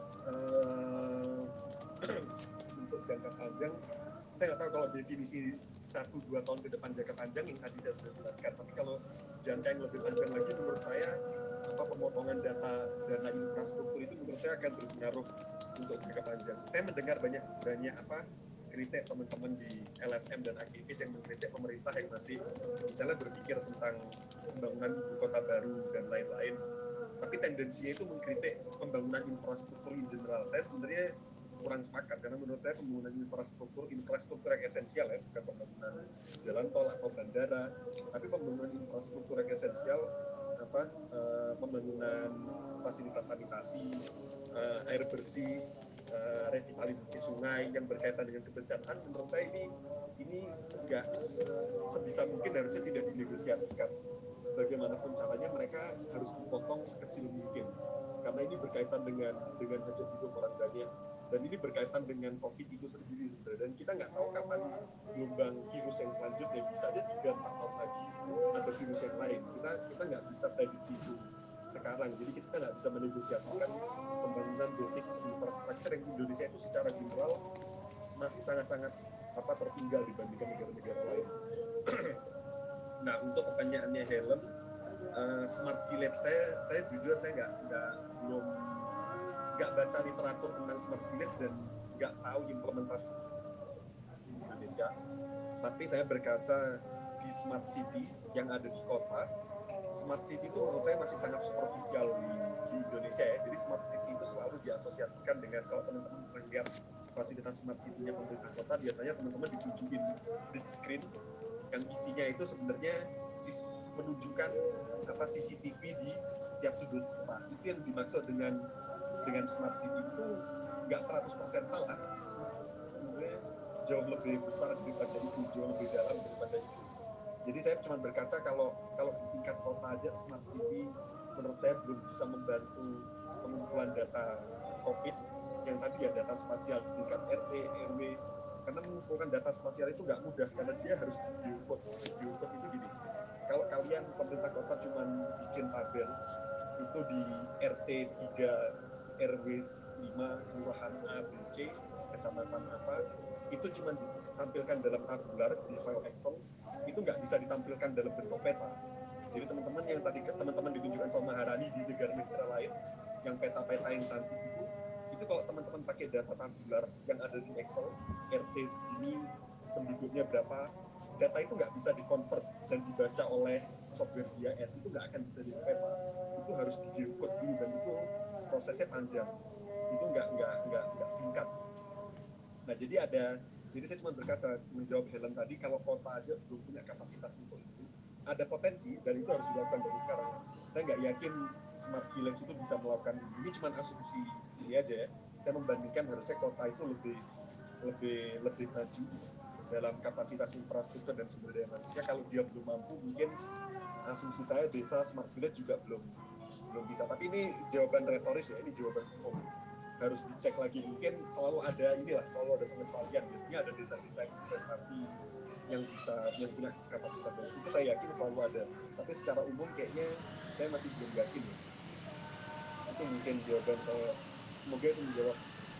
uh, untuk jangka panjang, saya nggak tahu kalau definisi satu dua tahun ke depan jangka panjang yang tadi saya sudah jelaskan. Tapi kalau jangka yang lebih panjang lagi, menurut saya apa pemotongan data dana infrastruktur itu menurut saya akan berpengaruh untuk jangka panjang. Saya mendengar banyak banyak apa kritik teman-teman di L S M dan aktivis yang mengkritik pemerintah yang masih misalnya berpikir tentang pembangunan ibu kota baru dan lain-lain. Tapi tendensinya itu mengkritik pembangunan infrastruktur in general. Saya sebenarnya kurang sepakat karena menurut saya pembangunan infrastruktur infrastruktur yang esensial ya, bukan pembangunan jalan tol atau bandara, tapi pembangunan infrastruktur yang esensial apa uh, pembangunan fasilitas sanitasi, uh, air bersih, uh, revitalisasi sungai yang berkaitan dengan kebencanaan, menurut saya ini ini enggak sebisa mungkin harusnya tidak dinegosiasikan. Bagaimanapun caranya mereka harus dipotong sekecil mungkin karena ini berkaitan dengan dengan hajat hidup orang banyak dan ini berkaitan dengan COVID itu sendiri sebenarnya dan kita nggak tahu kapan gelombang virus yang selanjutnya bisa aja tiga empat tahun lagi ada virus yang lain. Kita kita nggak bisa prediksi itu sekarang, jadi kita nggak bisa menegosiasikan pembangunan basic infrastruktur yang Indonesia itu secara general masih sangat-sangat apa tertinggal dibandingkan negara-negara lain. Nah, untuk pertanyaannya Helen, uh, smart village saya, saya jujur saya nggak nggak belum nggak baca literatur tentang smart village dan nggak tahu implementasi di Indonesia. Tapi saya berkaca di smart city yang ada di kota. Smart city itu menurut saya masih sangat superficial di, di Indonesia ya. Jadi smart city itu selalu diasosiasikan dengan kalau teman-teman melihat fasilitas smart city-nya pemerintah kota, biasanya teman-teman ditunjukin big screen yang isinya itu sebenarnya menunjukkan apa C C T V di setiap sudut kota. Itu yang dimaksud dengan dengan smart city itu nggak seratus persen salah, sebenarnya jauh lebih besar daripada itu, jauh lebih dalam daripada itu. Jadi saya cuma berkaca kalau kalau di tingkat kota aja smart city menurut saya belum bisa membantu pengumpulan data COVID yang tadi ya data spasial di tingkat R T, R W, karena mengumpulkan data spasial itu nggak mudah karena dia harus di geocode. Geocode itu gini, kalau kalian pemerintah kota cuma bikin tabel itu di R T tiga R W lima kelurahan A, B, C, kecamatan apa, itu cuma ditampilkan dalam tabular di file Excel, itu nggak bisa ditampilkan dalam bentuk peta. Jadi teman-teman yang tadi teman-teman ditunjukkan sama Maharani di negara-negara lain, yang peta-peta yang cantik itu, itu kalau teman-teman pakai data tabular yang ada di Excel, R T segini, penduduknya berapa, data itu nggak bisa dikonvert dan dibaca oleh software G I S, itu nggak akan bisa jadi peta. Itu harus di geocode dulu dan itu prosesnya panjang. Itu nggak nggak nggak nggak singkat. Nah jadi ada, jadi saya cuma berkata menjawab Helen tadi, kalau kota aja belum punya kapasitas untuk itu, ada potensi dan itu harus dilakukan dari sekarang. Saya nggak yakin smart village itu bisa melakukan ini. Ini cuma asumsi ini aja ya. Saya membandingkan harusnya kota itu lebih lebih lebih maju dalam kapasitas infrastruktur dan sumber daya manusia. Kalau dia belum mampu, mungkin asumsi saya desa smart village juga belum belum bisa. Tapi ini jawaban retoris ya, ini jawaban umum. Harus dicek lagi, mungkin selalu ada inilah, selalu ada pengecualian. Biasanya ada desa-desa investasi yang bisa yang punya kapasitas dan itu saya yakin selalu ada. Tapi secara umum kayaknya saya masih belum yakin ya. Itu mungkin jawaban saya. Semoga itu menjawab.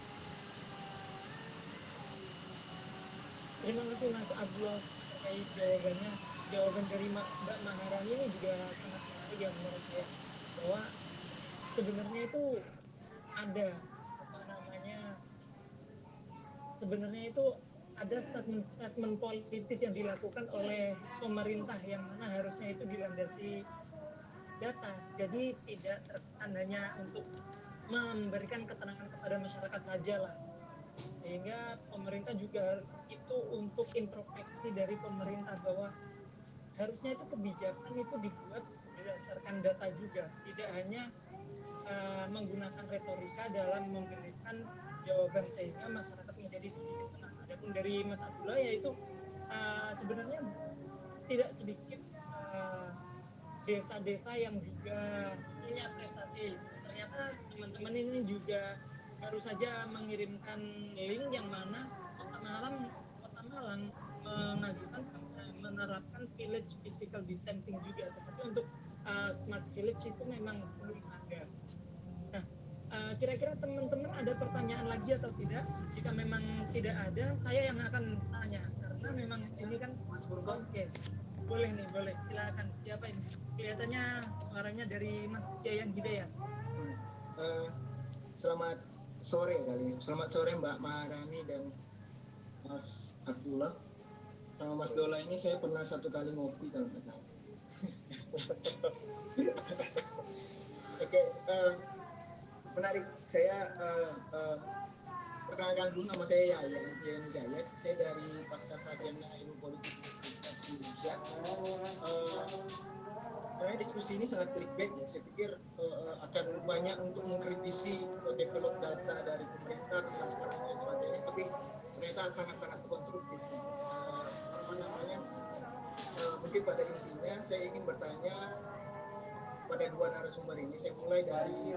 Terima kasih Mas Abdul terkait jawabannya. Jawaban dari Mbak Maharani ini juga sangat menarik ya menurut saya, bahwa sebenarnya itu ada apa namanya sebenarnya itu ada statement-statement politis yang dilakukan oleh pemerintah yang mana harusnya itu dilandasi data. Jadi tidak terkesan hanya untuk memberikan ketenangan kepada masyarakat saja lah. Sehingga pemerintah juga itu untuk introspeksi dari pemerintah bahwa harusnya itu kebijakan itu dibuat berdasarkan data juga, tidak hanya uh, menggunakan retorika dalam memberikan jawaban sehingga masyarakat menjadi sedikit tenang. Adapun dari Mas Abdullah yaitu uh, sebenarnya tidak sedikit uh, desa-desa yang juga punya prestasi. Ternyata teman-teman ini juga baru saja mengirimkan link yang mana Kota Malang Kota Malang mengajukan uh, menerapkan village physical distancing juga, tetapi untuk uh, smart village itu memang belum ada. Nah, uh, kira-kira teman-teman ada pertanyaan lagi atau tidak? Jika memang tidak ada, saya yang akan tanya karena memang ini kan Mas Purba. Oke, boleh nih, boleh. Silakan. Siapa ini? Kelihatannya suaranya dari Mas Yayan Hidayat. Uh, selamat sore kali. Selamat sore Mbak Maharani dan Mas Abdullah. Sama Mas Dola ini saya pernah satu kali ngopi kalau nggak salah. Oke, okay, uh, menarik. Saya uh, uh, perkenalkan dulu, nama saya Yayan, Yayan Hidayat. Saya dari Pasca Sarjana Ilmu Politik Indonesia. Uh, Sebenarnya diskusi ini sangat clickbait ya. Saya pikir uh, akan banyak untuk mengkritisi uh, develop data dari pemerintah, transparansi dan sebagainya. Tapi ternyata sangat-sangat konstruktif. Uh, apa namanya? Uh, mungkin pada intinya saya ingin bertanya pada dua narasumber ini. Saya mulai dari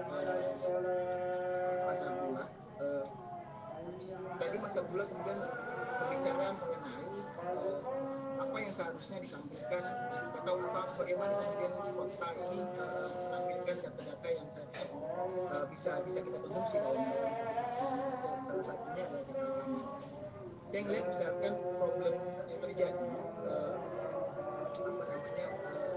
uh, Mas Abdullah. Uh, tadi Mas Abdullah kemudian berbicara mengenai uh, apa yang seharusnya ditampilkan atau atau bagaimana kemudian kota ini uh, menampilkan data-data yang seharusnya uh, bisa bisa kita konsumsi dalam dalam konteks salah satunya adalah data pangan. Saya melihat misalkan problem yang terjadi uh, apa namanya uh,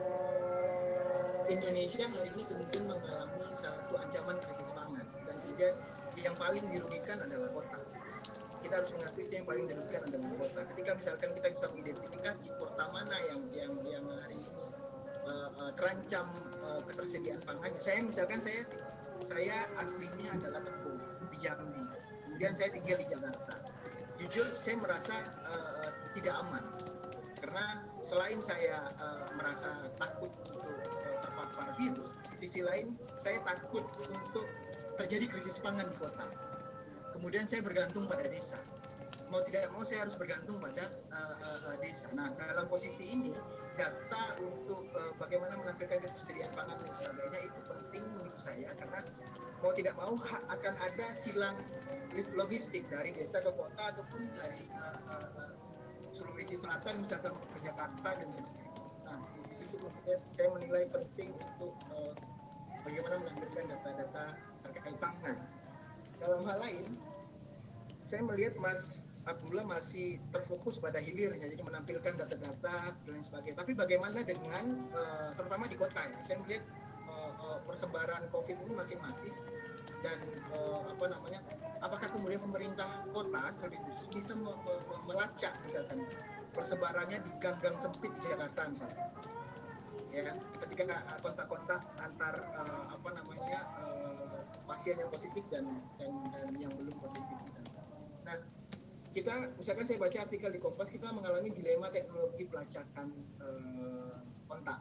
Indonesia hari ini kemudian mengalami satu ancaman krisis pangan dan kemudian yang paling dirugikan adalah kota. Kita harus mengakui itu yang paling dirugikan adalah kota. Ketika misalkan kita bisa mengidentifikasi kota mana yang yang yang hari ini uh, uh, terancam uh, ketersediaan pangannya. Saya misalkan saya saya aslinya adalah Tepung di Jambi. Kemudian saya tinggal di Jakarta. Jujur saya merasa uh, tidak aman karena selain saya uh, merasa takut untuk uh, terpapar virus, di sisi lain saya takut untuk terjadi krisis pangan di kota. Kemudian saya bergantung pada desa. Mau tidak mau saya harus bergantung pada uh, uh, desa. Nah, dalam posisi ini, data untuk uh, bagaimana menampilkan ketersediaan pangan dan sebagainya itu penting menurut saya karena mau tidak mau ha- akan ada silang logistik dari desa ke kota ataupun dari uh, uh, uh, Sulawesi Selatan misalkan ke Jakarta dan sebagainya. Nah, di, di situ kemudian saya menilai penting untuk uh, bagaimana menampilkan data-data terkait pangan. Dalam hal lain, saya melihat Mas Abdullah masih terfokus pada hilirnya, jadi menampilkan data-data dan lain sebagainya. Tapi bagaimana dengan, uh, terutama di kota ya, saya melihat uh, uh, persebaran COVID ini makin masif dan uh, apa namanya, apakah kemudian pemerintah kota lebih khusus bisa me- me- melacak misalkan persebarannya di gang-gang sempit di Jakarta misalkan. Ya, ketika kontak-kontak antar uh, apa namanya uh, pasien yang positif dan dan dan yang belum positif misalnya. Nah, kita misalkan saya baca artikel di Kompas, kita mengalami dilema teknologi pelacakan uh, kontak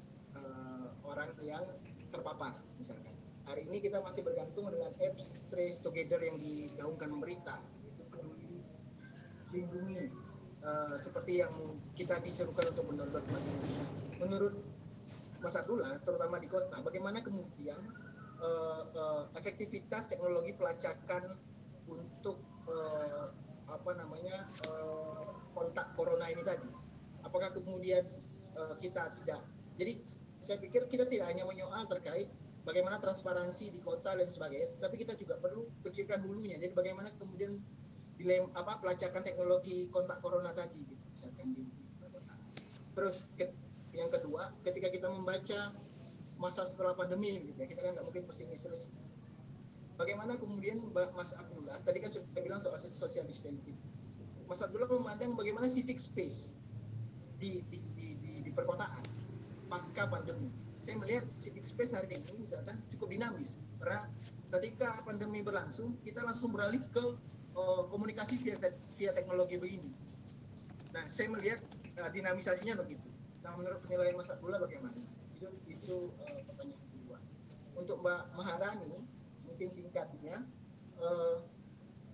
uh, orang yang terpapar misalkan. Hari ini kita masih bergantung dengan apps Trace Together yang digaungkan pemerintah, itu Peduli Lindungi, uh, seperti yang kita diserukan untuk mendownload masing-masing. Menurut Mas Abdullah, terutama di kota, bagaimana kemudian uh, uh, efektivitas teknologi pelacakan untuk uh, apa namanya uh, kontak corona ini tadi? Apakah kemudian uh, kita tidak? Jadi saya pikir kita tidak hanya menyoal terkait bagaimana transparansi di kota dan sebagainya, tapi kita juga perlu pikirkan hulunya. Jadi bagaimana kemudian dilem apa pelacakan teknologi kontak corona tadi, gitu, misalkan di, di kota. Terus ke, yang kedua, ketika kita membaca masa setelah pandemi, gitu ya, kita kan nggak mungkin pesimis terus. Bagaimana kemudian Mbak Mas Abdullah, tadi kan sudah bilang soal social distancing. Mas Abdullah memandang bagaimana civic space di, di, di, di, di perkotaan pasca pandemi. Saya melihat civic space hari ini misalkan cukup dinamis, karena ketika pandemi berlangsung, kita langsung beralih ke uh, komunikasi via, te- via teknologi begini. Nah, saya melihat uh, dinamisasinya begitu. Nah, menurut penilaian Mas Abdullah bagaimana? Itu, itu uh, pertanyaan kedua. Untuk Mbak Maharani, mungkin singkatnya, uh,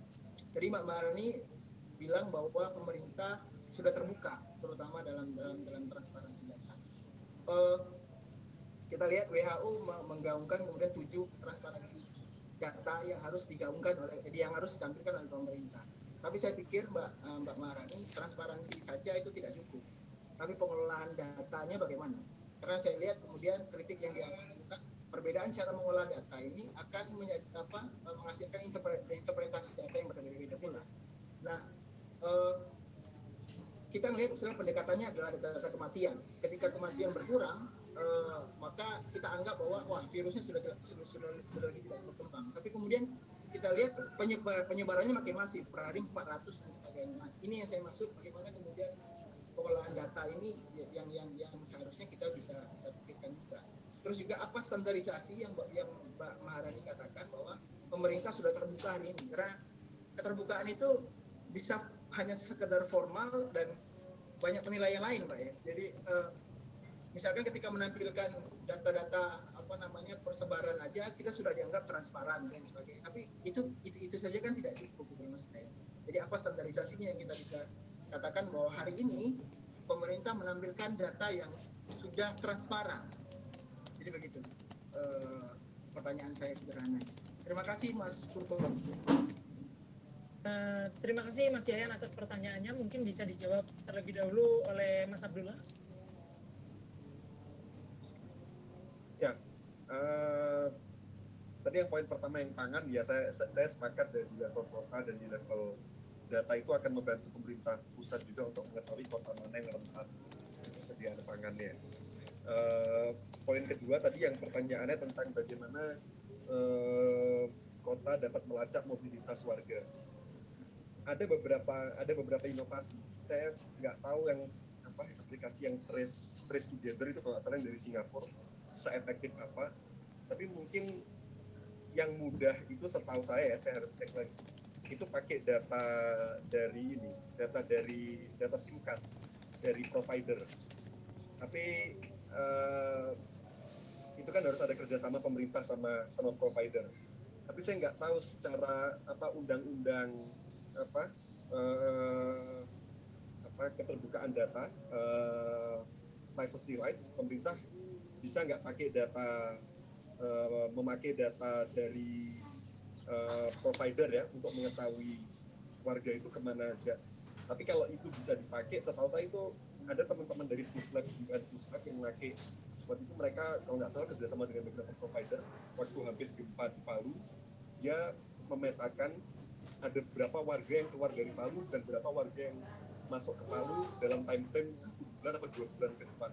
Jadi Mbak Maharani bilang bahwa pemerintah sudah terbuka, terutama dalam dalam dalam transparansi data. Uh, kita lihat W H O menggaungkan kemudian tujuh transparansi data yang harus digaungkan oleh yang harus ditampilkan oleh pemerintah. Tapi saya pikir Mbak Mbak Maharani, transparansi saja itu tidak cukup. Tapi pengelolaan datanya bagaimana? Karena saya lihat kemudian kritik yang diangkat, perbedaan cara mengolah data ini akan apa, menghasilkan interpretasi data yang berbeda-beda pula. Nah, eh, kita melihat misalnya pendekatannya adalah data-data kematian. Ketika kematian berkurang, eh, maka kita anggap bahwa wah virusnya sudah sudah sudah, sudah tidak berkembang. Tapi kemudian kita lihat penyebar, penyebarannya makin masif, per hari empat ratus dan sebagainya. Nah, ini yang saya maksud, bagaimana kemudian pengolahan data ini yang yang yang seharusnya kita bisa bisa pikirkan juga. Terus juga apa standarisasi yang yang Mbak Maharani katakan bahwa pemerintah sudah terbuka hari ini. Karena keterbukaan itu bisa hanya sekedar formal dan banyak penilaian lain, Mbak ya. Jadi eh, misalkan ketika menampilkan data-data apa namanya persebaran aja kita sudah dianggap transparan dan sebagainya. Tapi itu itu, itu saja kan tidak cukup gitu maksudnya. Jadi apa standarisasinya yang kita bisa katakan bahwa hari ini pemerintah menampilkan data yang sudah transparan. Jadi begitu uh, pertanyaan saya sederhana. Terima kasih Mas Kurto. Uh, terima kasih Mas Yayan atas pertanyaannya. Mungkin bisa dijawab terlebih dahulu oleh Mas Abdullah. Ya, uh, tadi yang poin pertama yang pangan, ya saya saya sepakat dari level kota dan di level data itu akan membantu pemerintah pusat juga untuk mengetahui kota mana yang rentan persediaan pangannya. Uh, poin kedua tadi yang pertanyaannya tentang bagaimana uh, kota dapat melacak mobilitas warga. Ada beberapa ada beberapa inovasi. Saya nggak tahu yang apa aplikasi yang trace trace together itu kalau nggak salah dari Singapura seefektif apa. Tapi mungkin yang mudah itu setahu saya ya, saya harus cek lagi. Itu pakai data dari ini, data dari data SIM card dari provider. Tapi uh, itu kan harus ada kerjasama pemerintah sama sama provider. Tapi saya nggak tahu secara apa undang-undang apa uh, apa keterbukaan data uh, privacy rights, pemerintah bisa nggak pakai data uh, memakai data dari Uh, provider ya untuk mengetahui warga itu kemana aja. Tapi kalau itu bisa dipakai, setahu saya itu ada teman-teman dari Puslab dan Puslab yang memakai waktu itu mereka kalau nggak salah kerjasama dengan beberapa provider waktu habis gempa di Palu, dia memetakan ada berapa warga yang keluar dari Palu dan berapa warga yang masuk ke Palu dalam time frame satu bulan atau dua bulan ke depan.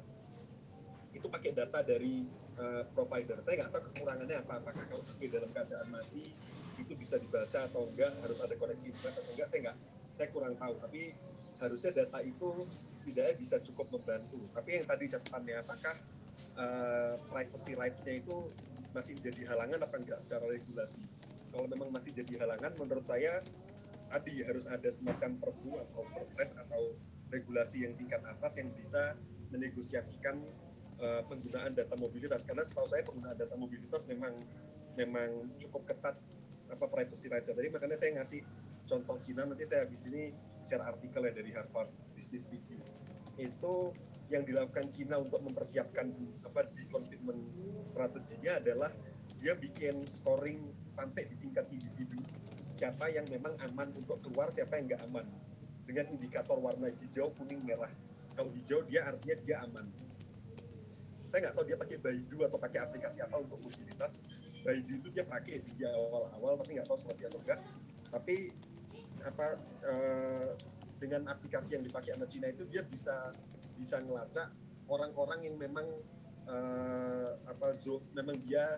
Itu pakai data dari uh, provider. Saya nggak tahu kekurangannya apa, apakah kalau H P dalam keadaan mati itu bisa dibaca atau enggak, harus ada koneksi internet atau enggak, saya nggak, saya kurang tahu. Tapi harusnya data itu setidaknya bisa cukup membantu. Tapi yang tadi catatannya, apakah uh, privacy rights-nya itu masih jadi halangan apa enggak secara regulasi? Kalau memang masih jadi halangan, menurut saya tadi harus ada semacam perpu atau perpres atau regulasi yang tingkat atas yang bisa menegosiasikan uh, penggunaan data mobilitas. Karena setahu saya penggunaan data mobilitas memang memang cukup ketat apa privacy rights. Tadi makanya saya ngasih contoh Cina, nanti saya habis ini share artikel ya dari Harvard Business Review. Itu yang dilakukan Cina untuk mempersiapkan apa deconfinement strateginya adalah dia bikin scoring sampai di tingkat individu, siapa yang memang aman untuk keluar, siapa yang nggak aman, dengan indikator warna hijau, kuning, merah. Kalau hijau dia artinya dia aman. Saya nggak tahu dia pakai Baidu atau pakai aplikasi apa untuk mobilitas. Baidu itu dia pakai di awal-awal, tapi nggak tahu selesai atau enggak. Tapi apa eh, dengan aplikasi yang dipakai anak Cina itu dia bisa bisa ngelacak orang-orang yang memang eh, apa zo, memang dia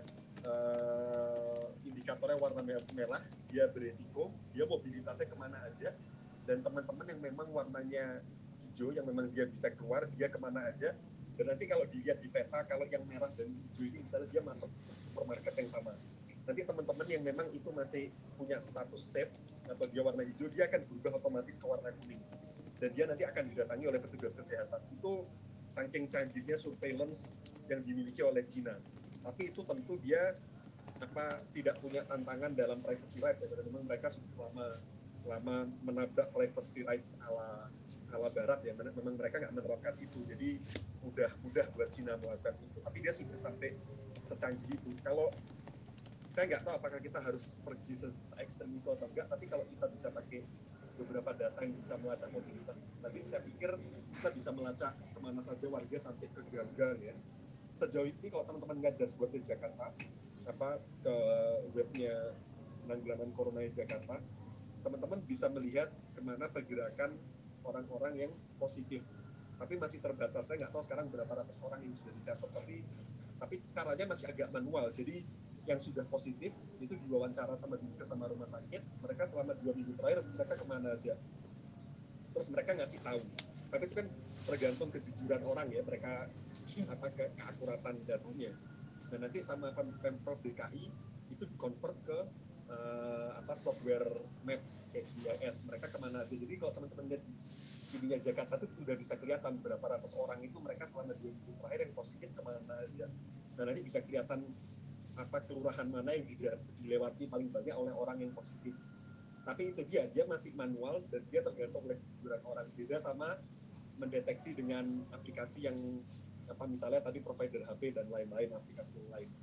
eh, indikatornya warna merah, dia beresiko, dia mobilitasnya kemana aja, dan teman-teman yang memang warnanya hijau, yang memang dia bisa keluar, dia kemana aja. Dan nanti kalau dilihat di peta, kalau yang merah dan hijau ini misalnya dia masuk supermarket yang sama, nanti teman-teman yang memang itu masih punya status safe atau dia warna hijau, dia akan berubah otomatis ke warna kuning. Dan dia nanti akan didatangi oleh petugas kesehatan. Itu saking canggihnya surveillance yang dimiliki oleh Cina. Tapi itu tentu dia apa tidak punya tantangan dalam privacy rights ya, karena memang mereka sudah lama lama menabrak privacy rights ala ala Barat ya, memang mereka nggak menerapkan itu, jadi mudah-mudah buat Cina melakukan itu. Tapi dia sudah sampai secanggih itu. Kalau saya nggak tahu apakah kita harus pergi se-ekstrem itu atau enggak, tapi kalau kita bisa pakai beberapa data yang bisa melacak mobilitas tadi, saya pikir kita bisa melacak kemana saja warga sampai ke gang-gang ya. Sejauh ini kalau teman-teman nggak dashboard di Jakarta, apa ke webnya penanggulangan corona di Jakarta, teman-teman bisa melihat kemana pergerakan orang-orang yang positif. Tapi masih terbatas. Saya nggak tahu sekarang berapa ratus orang yang sudah dicatat, tapi tapi caranya masih agak manual. Jadi yang sudah positif itu diwawancara sama dinkes sama rumah sakit, mereka selama dua minggu terakhir mereka kemana aja. Terus mereka ngasih tahu. Tapi itu kan tergantung kejujuran orang ya, mereka apa ke keakuratan datanya. Dan nanti sama Pemprov D K I itu convert ke uh, apa software map kayak G I S, mereka kemana aja. Jadi kalau teman-teman lihat di ininya Jakarta itu udah bisa kelihatan berapa ratus orang itu mereka selama dua minggu terakhir yang positif kemana aja. Nah nanti bisa kelihatan apa kelurahan mana yang dilewati paling banyak oleh orang yang positif. Tapi itu dia, dia masih manual dan dia tergantung oleh kejujuran orang. Beda sama mendeteksi dengan aplikasi yang apa misalnya tadi provider H P dan lain-lain, aplikasi yang lain.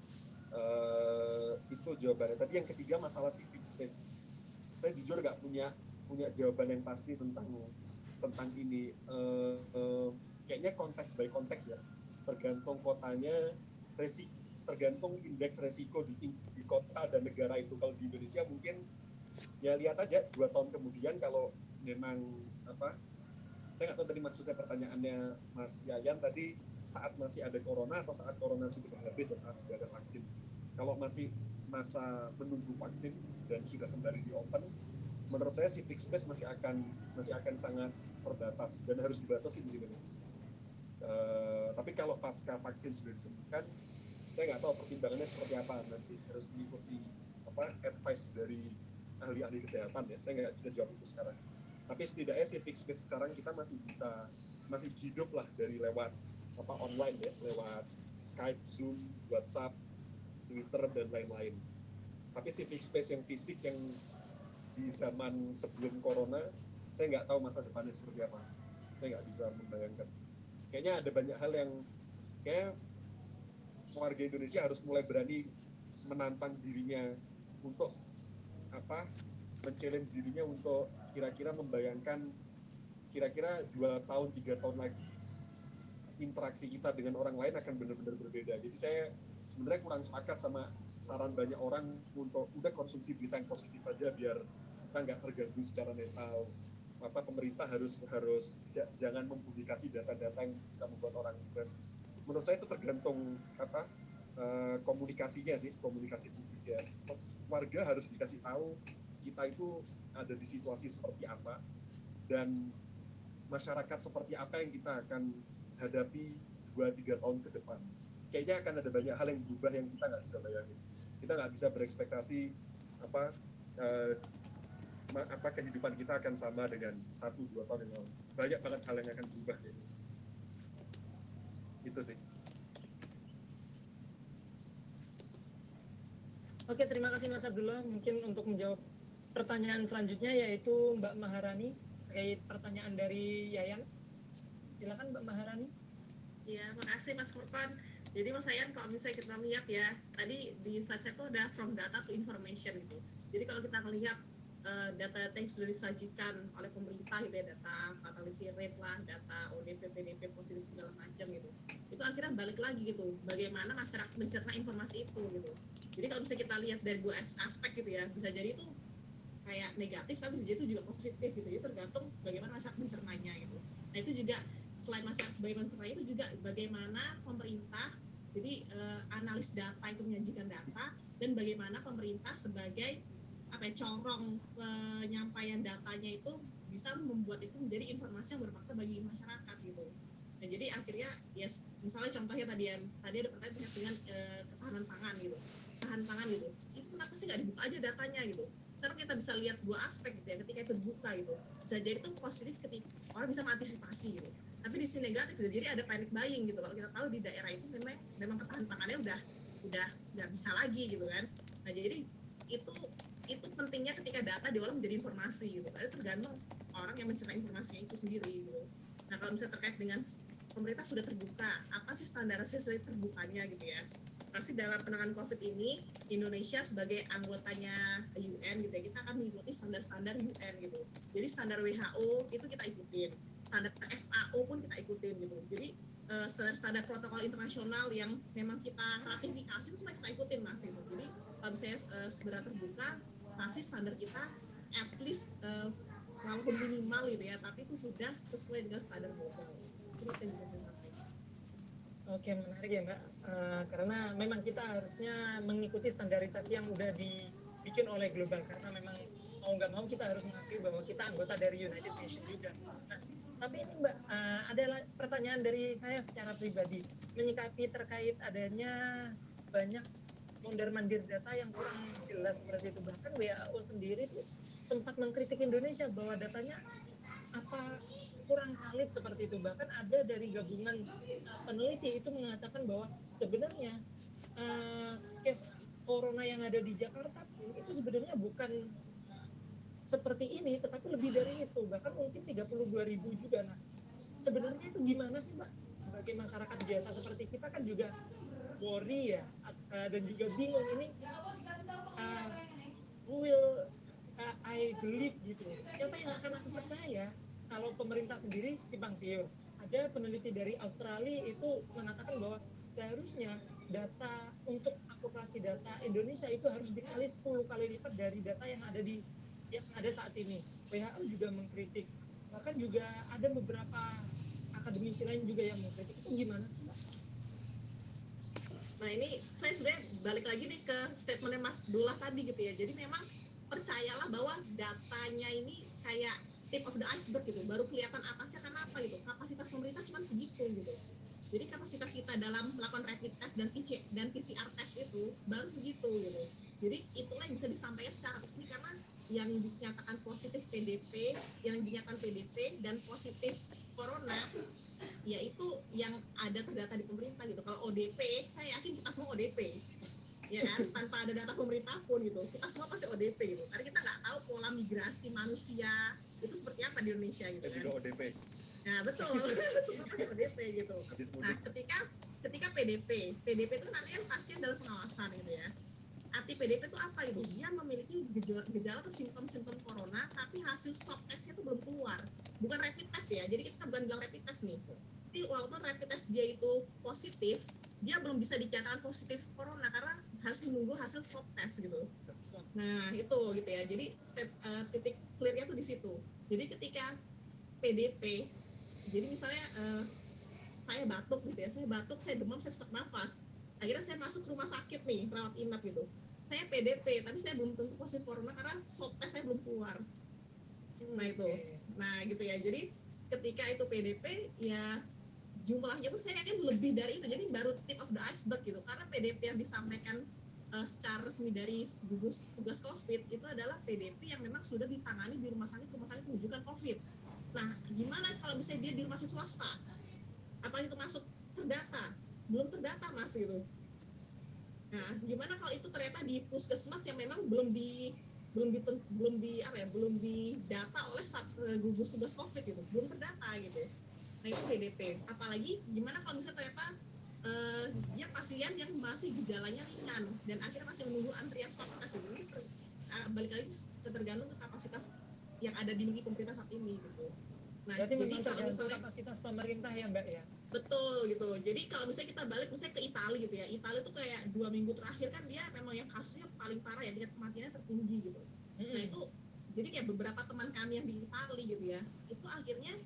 Uh, itu jawabannya. Tadi yang ketiga masalah civic space. Saya jujur nggak punya punya jawaban yang pasti tentang tentang ini. Uh, uh, kayaknya konteks by konteks ya. Tergantung kotanya, resiko, tergantung indeks resiko di, di kota dan negara itu. Kalau di Indonesia mungkin ya lihat aja dua tahun kemudian kalau memang apa, saya nggak tahu tadi maksudnya pertanyaannya Mas Yayan tadi, saat masih ada corona atau saat corona sudah habis ya, saat sudah ada vaksin. Kalau masih masa menunggu vaksin dan sudah kembali di open, menurut saya civic space masih akan masih akan sangat terbatas dan harus dibatasi di sini. Uh, tapi kalau pasca vaksin sudah ditemukan, saya nggak tahu pertimbangannya seperti apa, nanti harus mengikuti apa advice dari ahli-ahli kesehatan ya. Saya nggak bisa jawab itu sekarang. Tapi setidaknya civic space sekarang kita masih bisa masih hidup lah dari lewat apa online ya, lewat Skype, Zoom, WhatsApp, Twitter dan lain-lain. Tapi civic space yang fisik yang di zaman sebelum corona, saya nggak tahu masa depannya seperti apa. Saya nggak bisa membayangkan. Kayaknya ada banyak hal yang kayak warga Indonesia harus mulai berani menantang dirinya untuk apa men-challenge dirinya untuk kira-kira membayangkan kira-kira dua tahun tiga tahun lagi interaksi kita dengan orang lain akan benar-benar berbeda. Jadi saya sebenarnya kurang sepakat sama saran banyak orang untuk udah konsumsi berita yang positif aja biar kita nggak terganggu secara mental. Apa pemerintah harus harus j- jangan mempublikasi data-data yang bisa membuat orang stres. Menurut saya itu tergantung apa uh, komunikasinya sih, komunikasi publiknya. Warga harus dikasih tahu kita itu ada di situasi seperti apa dan masyarakat seperti apa yang kita akan hadapi dua tiga tahun ke depan. Kayaknya akan ada banyak hal yang berubah yang kita nggak bisa bayangin. Kita nggak bisa berekspektasi apa uh, apa kehidupan kita akan sama dengan satu dua tahun yang lalu. Banyak banget hal yang akan berubah kayaknya. Itu sih. Oke, terima kasih Mas Abdullah. Mungkin untuk menjawab pertanyaan selanjutnya yaitu Mbak Maharani terkait pertanyaan dari Yayan. Silakan Mbak Maharani. Ya, makasih Mas Furqan. Jadi Mas Yayan, kalau misalnya kita lihat ya, tadi di slide saya itu ada from data to information gitu. Jadi kalau kita melihat uh, data-data yang sudah disajikan oleh pemerintah gitu ya, data fatality rate lah, data O D P, P D P positif segala macam gitu. Itu akhirnya balik lagi gitu, bagaimana masyarakat mencerna informasi itu gitu. Jadi kalau misalnya kita lihat dari dua aspek gitu ya, bisa jadi itu kayak negatif tapi bisa jadi itu juga positif gitu. Jadi tergantung bagaimana masyarakat mencernanya gitu. Nah itu juga selain masyarakat bagaimana mencernanya itu juga bagaimana pemerintah jadi eh, analis data itu menyajikan data dan bagaimana pemerintah sebagai apa ya, corong penyampaian datanya itu bisa membuat itu menjadi informasi yang bermakna bagi masyarakat gitu. Nah, jadi akhirnya ya misalnya contohnya tadi yang tadi ada pertanyaan dengan eh, ketahanan pangan gitu. Ketahanan pangan gitu. Itu kenapa sih nggak dibuka aja datanya gitu? Sekarang kita bisa lihat dua aspek gitu ya, ketika itu dibuka gitu. Bisa jadi itu positif ketika orang bisa mengantisipasi gitu. Tapi di sini negatif gitu. Jadi ada panic buying gitu. Kalau kita tahu di daerah itu memang memang ketahanan pangannya udah udah nggak bisa lagi gitu kan. Nah, jadi itu itu pentingnya ketika data diolah menjadi informasi gitu. Itu tergantung orang yang mencerna informasinya itu sendiri gitu. Nah kalau misalnya terkait dengan pemerintah sudah terbuka, apa sih standarisasi terbukanya gitu ya? Pasti dalam penanganan COVID ini Indonesia sebagai anggotanya U N gitu ya, kita akan mengikuti standar-standar U N gitu. Jadi standar W H O itu kita ikutin, standar F A O pun kita ikutin gitu. Jadi uh, standar-standar protokol internasional yang memang kita ratifikasi itu semua kita ikutin mas gitu. Jadi kalau misalnya uh, segera terbuka, pasti standar kita at least uh, walaupun minimal gitu ya, tapi itu sudah sesuai dengan standar global. Itu yang bisa saya sampaikan. Oke, menarik ya Mbak, uh, karena memang kita harusnya mengikuti standarisasi yang udah dibikin oleh global, karena memang mau nggak mau kita harus mengakui bahwa kita anggota dari United Nations juga. Nah, tapi ini Mbak, uh, ada pertanyaan dari saya secara pribadi, menyikapi terkait adanya banyak mondar-mandir data yang kurang jelas seperti itu. Bahkan W H O sendiri tuh sempat mengkritik Indonesia bahwa datanya apa kurang valid seperti itu. Bahkan ada dari gabungan peneliti itu mengatakan bahwa sebenarnya uh, case corona yang ada di Jakarta pun itu sebenarnya bukan seperti ini, tetapi lebih dari itu, bahkan mungkin tiga puluh dua ribu juga. Nah, sebenarnya itu gimana sih Mbak? Sebagai masyarakat biasa seperti kita kan juga worry ya, uh, dan juga bingung ini uh, who will uh, I believe gitu. Siapa yang akan aku percaya? Kalau pemerintah sendiri simpang siur. Ada peneliti dari Australia itu mengatakan bahwa seharusnya data untuk akurasi data Indonesia itu harus dikali sepuluh kali lipat dari data yang ada di yang ada saat ini. W H O juga mengkritik. Bahkan juga ada beberapa akademisi lain juga yang mengkritik. Itu gimana sih Mbak? Nah ini saya sebenarnya balik lagi nih ke statementnya Mas Dullah tadi gitu ya. Jadi memang percayalah bahwa datanya ini kayak tip of the iceberg gitu. Baru kelihatan atasnya kenapa gitu. Kapasitas pemerintah cuma segitu gitu. Jadi kapasitas kita dalam melakukan rapid test dan P C dan P C R test itu baru segitu gitu. Jadi itulah yang bisa disampaikan secara resmi karena yang dinyatakan positif P D P, yang dinyatakan P D P dan positif corona yaitu yang ada terdata di pemerintah gitu. Kalau O D P, saya yakin kita semua O D P, ya kan? Tanpa ada data pemerintah pun gitu, kita semua pasti O D P gitu. Karena kita nggak tahu pola migrasi manusia itu seperti apa di Indonesia gitu kan. Juga O D P. Nah betul, semua pasti O D P gitu. Nah ketika ketika P D P, P D P itu nanti kan pasien dalam pengawasan gitu ya. Arti P D P itu apa gitu? Dia memiliki gejala, gejala atau simptom-simptom corona, tapi hasil swab testnya itu belum keluar. Bukan rapid test ya, jadi kita bukan bilang rapid test nih. Jadi walaupun rapid test dia itu positif, dia belum bisa dinyatakan positif corona karena harus menunggu hasil swab test gitu. Nah itu gitu ya. Jadi step, uh, titik clearnya tuh di situ. Jadi ketika P D P, jadi misalnya uh, saya batuk gitu ya, saya batuk, saya demam, saya sesak nafas. Akhirnya saya masuk rumah sakit nih, rawat inap gitu. Saya P D P, tapi saya belum tentu positif corona karena swab test saya belum keluar. Nah itu, nah gitu ya. Jadi ketika itu P D P, ya jumlahnya pun saya yakin lebih dari itu. Jadi baru tip of the iceberg gitu. Karena P D P yang disampaikan uh, secara resmi dari gugus tugas COVID itu adalah P D P yang memang sudah ditangani di rumah sakit rumah sakit rujukan COVID. Nah, gimana kalau misalnya dia di rumah sakit swasta? Apa itu masuk terdata? Belum terdata mas gitu. Nah, gimana kalau itu ternyata di puskesmas yang memang belum di belum di belum di apa ya belum didata oleh sat, uh, gugus tugas COVID gitu, belum terdata gitu. Nah itu P D P. Apalagi gimana kalau misalnya ternyata uh, dia pasien yang masih gejalanya ringan dan akhirnya masih menunggu antrian swab test itu. Ini uh, balik lagi tergantung ke kapasitas yang ada di pemerintah saat ini gitu. Nah, berarti jadi memang kalau tergantung misalnya kapasitas pemerintah ya Mbak ya. Betul gitu. Jadi kalau misalnya kita balik misalnya ke Italia gitu ya. Italia tuh kayak dua minggu terakhir kan dia memang yang kasusnya paling parah ya, tingkat kematiannya tertinggi gitu. Hmm. Nah itu jadi kayak beberapa teman kami yang di Italia gitu ya, itu akhirnya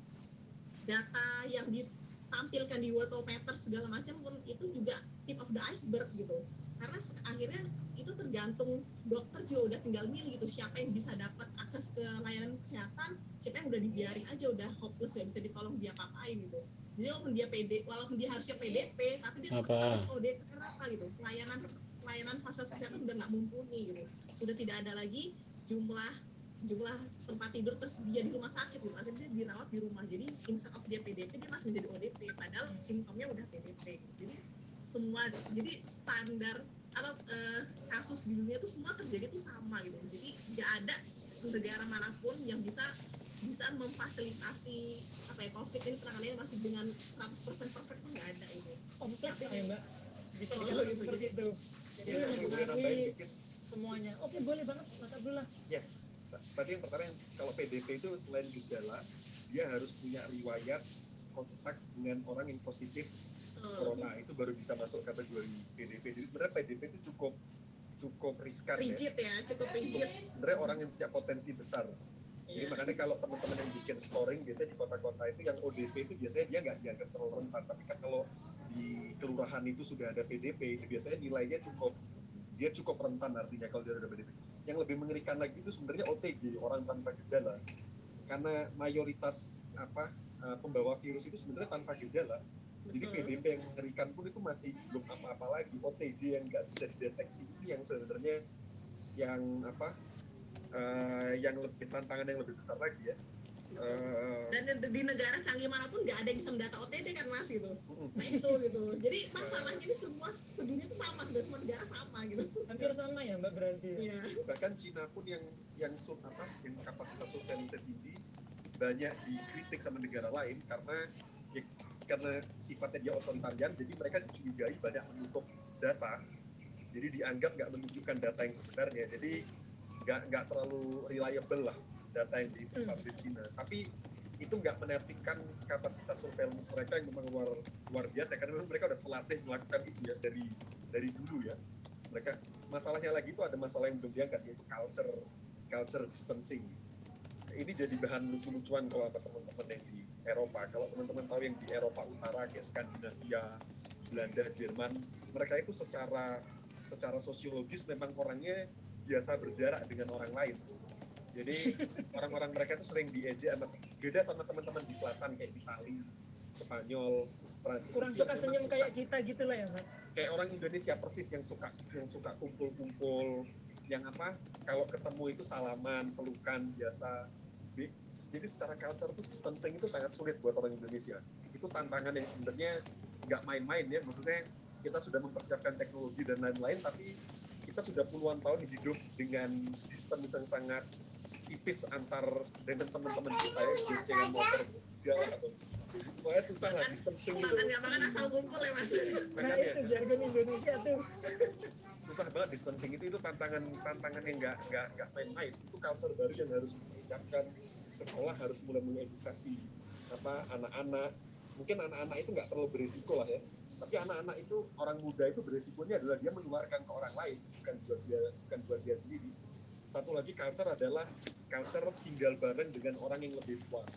data yang ditampilkan di worldometer segala macam pun itu juga tip of the iceberg gitu. Karena akhirnya itu tergantung dokter juga udah tinggal milih gitu siapa yang bisa dapat akses ke layanan kesehatan, siapa yang udah dibiarin aja udah hopeless ya bisa ditolong dia apa-apain gitu. Jadi walaupun dia P D, walaupun dia harusnya P D P, tapi dia tetap status O D P karena apa gitu? Pelayanan pelayanan fasilitas kesehatan udah nggak mumpuni gitu, sudah tidak ada lagi jumlah jumlah tempat tidur tersedia di rumah sakit gitu, akhirnya dia dirawat di rumah. Jadi instead of dia P D P dia masih menjadi O D P padahal simptomnya udah P D P gitu. Jadi semua jadi standar atau uh, kasus di dunia itu semua terjadi itu sama gitu. Jadi nggak ada negara manapun yang bisa bisa memfasilitasi apa ya COVID ini penanganannya masih dengan seratus persen perfect tuh nggak ada itu. Kompleks lah ya Mbak. Bisa Oh, dikatakan gitu. seperti itu. Jadi Ya, boleh nambahin mempengaruhi dikit. semuanya. Oke, boleh banget Mas Abdullah. Ya, tadi yang pertama yang kalau P D P itu selain gejala, dia harus punya riwayat kontak dengan orang yang positif corona, itu baru bisa masuk kategori P D P. Jadi sebenarnya P D P itu cukup cukup riskan rigid ya, cukup rigid. Sebenarnya orang yang punya potensi besar. Jadi yeah. Makanya kalau teman-teman yang bikin scoring biasanya di kota-kota itu yang O D P itu biasanya dia nggak dianggap terlalu rentan. Tapi kan kalau di kelurahan itu sudah ada P D P, itu biasanya nilainya cukup dia cukup rentan artinya kalau dia ada P D P. Yang lebih mengerikan lagi itu sebenarnya O T G, orang tanpa gejala. Karena mayoritas apa pembawa virus itu sebenarnya tanpa gejala. Jadi P D P yang mengerikan pun itu masih belum apa-apa lagi. O T G yang nggak bisa dideteksi ini yang sebenarnya yang apa uh, yang lebih tantangan yang lebih besar lagi ya. Uh, Dan di negara canggih manapun nggak ada yang bisa mendata O T D kan Mas gitu. Nah itu gitu. Jadi masalahnya ini semua sedunia itu sama, sudah semua negara sama gitu. Hampir sama ya Mbak berarti. Iya. Bahkan Cina pun yang yang sur apa yang kapasitas surveillance tinggi banyak dikritik sama negara lain karena ya, karena sifatnya dia otoritarian, jadi mereka dicurigai banyak menutup data. Jadi dianggap nggak menunjukkan data yang sebenarnya. Jadi nggak nggak terlalu reliable lah data yang dipublish Cina. Tapi itu nggak menafikan kapasitas surveillance mereka yang memang luar luar biasa karena memang mereka udah terlatih melakukan itu ya dari dari dulu ya. Mereka masalahnya lagi itu ada masalah yang belum diangkat yaitu culture culture distancing. Ini jadi bahan lucu-lucuan kalau sama teman-teman yang di Eropa. Kalau teman-teman tahu yang di Eropa Utara kayak Skandinavia, Belanda, Jerman, mereka itu secara secara sosiologis memang orangnya biasa berjarak dengan orang lain. Jadi orang-orang mereka itu sering diejek sama beda sama teman-teman di selatan kayak Itali, Spanyol, Prancis. Kurang suka senyum suka, kayak kita gitulah ya Mas. Kayak orang Indonesia persis yang suka yang suka kumpul-kumpul, yang apa kalau ketemu itu salaman, pelukan biasa. Jadi secara culture tuh distancing itu sangat sulit buat orang Indonesia. Itu tantangan yang sebenarnya nggak main-main ya. Maksudnya kita sudah mempersiapkan teknologi dan lain-lain, tapi kita sudah puluhan tahun hidup dengan distance yang sangat tipis antar dengan teman-teman kita ya, goncengan motor juga atau pokoknya susah lah distancing gitu. Makan nggak makan asal kumpul ya Mas. Nah itu jargon Indonesia tuh. Susah banget distancing itu itu tantangan tantangan yang nggak nggak nggak main-main. Itu culture baru yang harus dipersiapkan. Sekolah harus mulai mengedukasi apa anak-anak. Mungkin anak-anak itu nggak terlalu berisiko lah ya. Tapi anak-anak itu orang muda itu berisikonya adalah dia menularkan ke orang lain, bukan buat dia bukan buat dia sendiri. Satu lagi culture adalah culture tinggal bareng dengan orang yang lebih tua.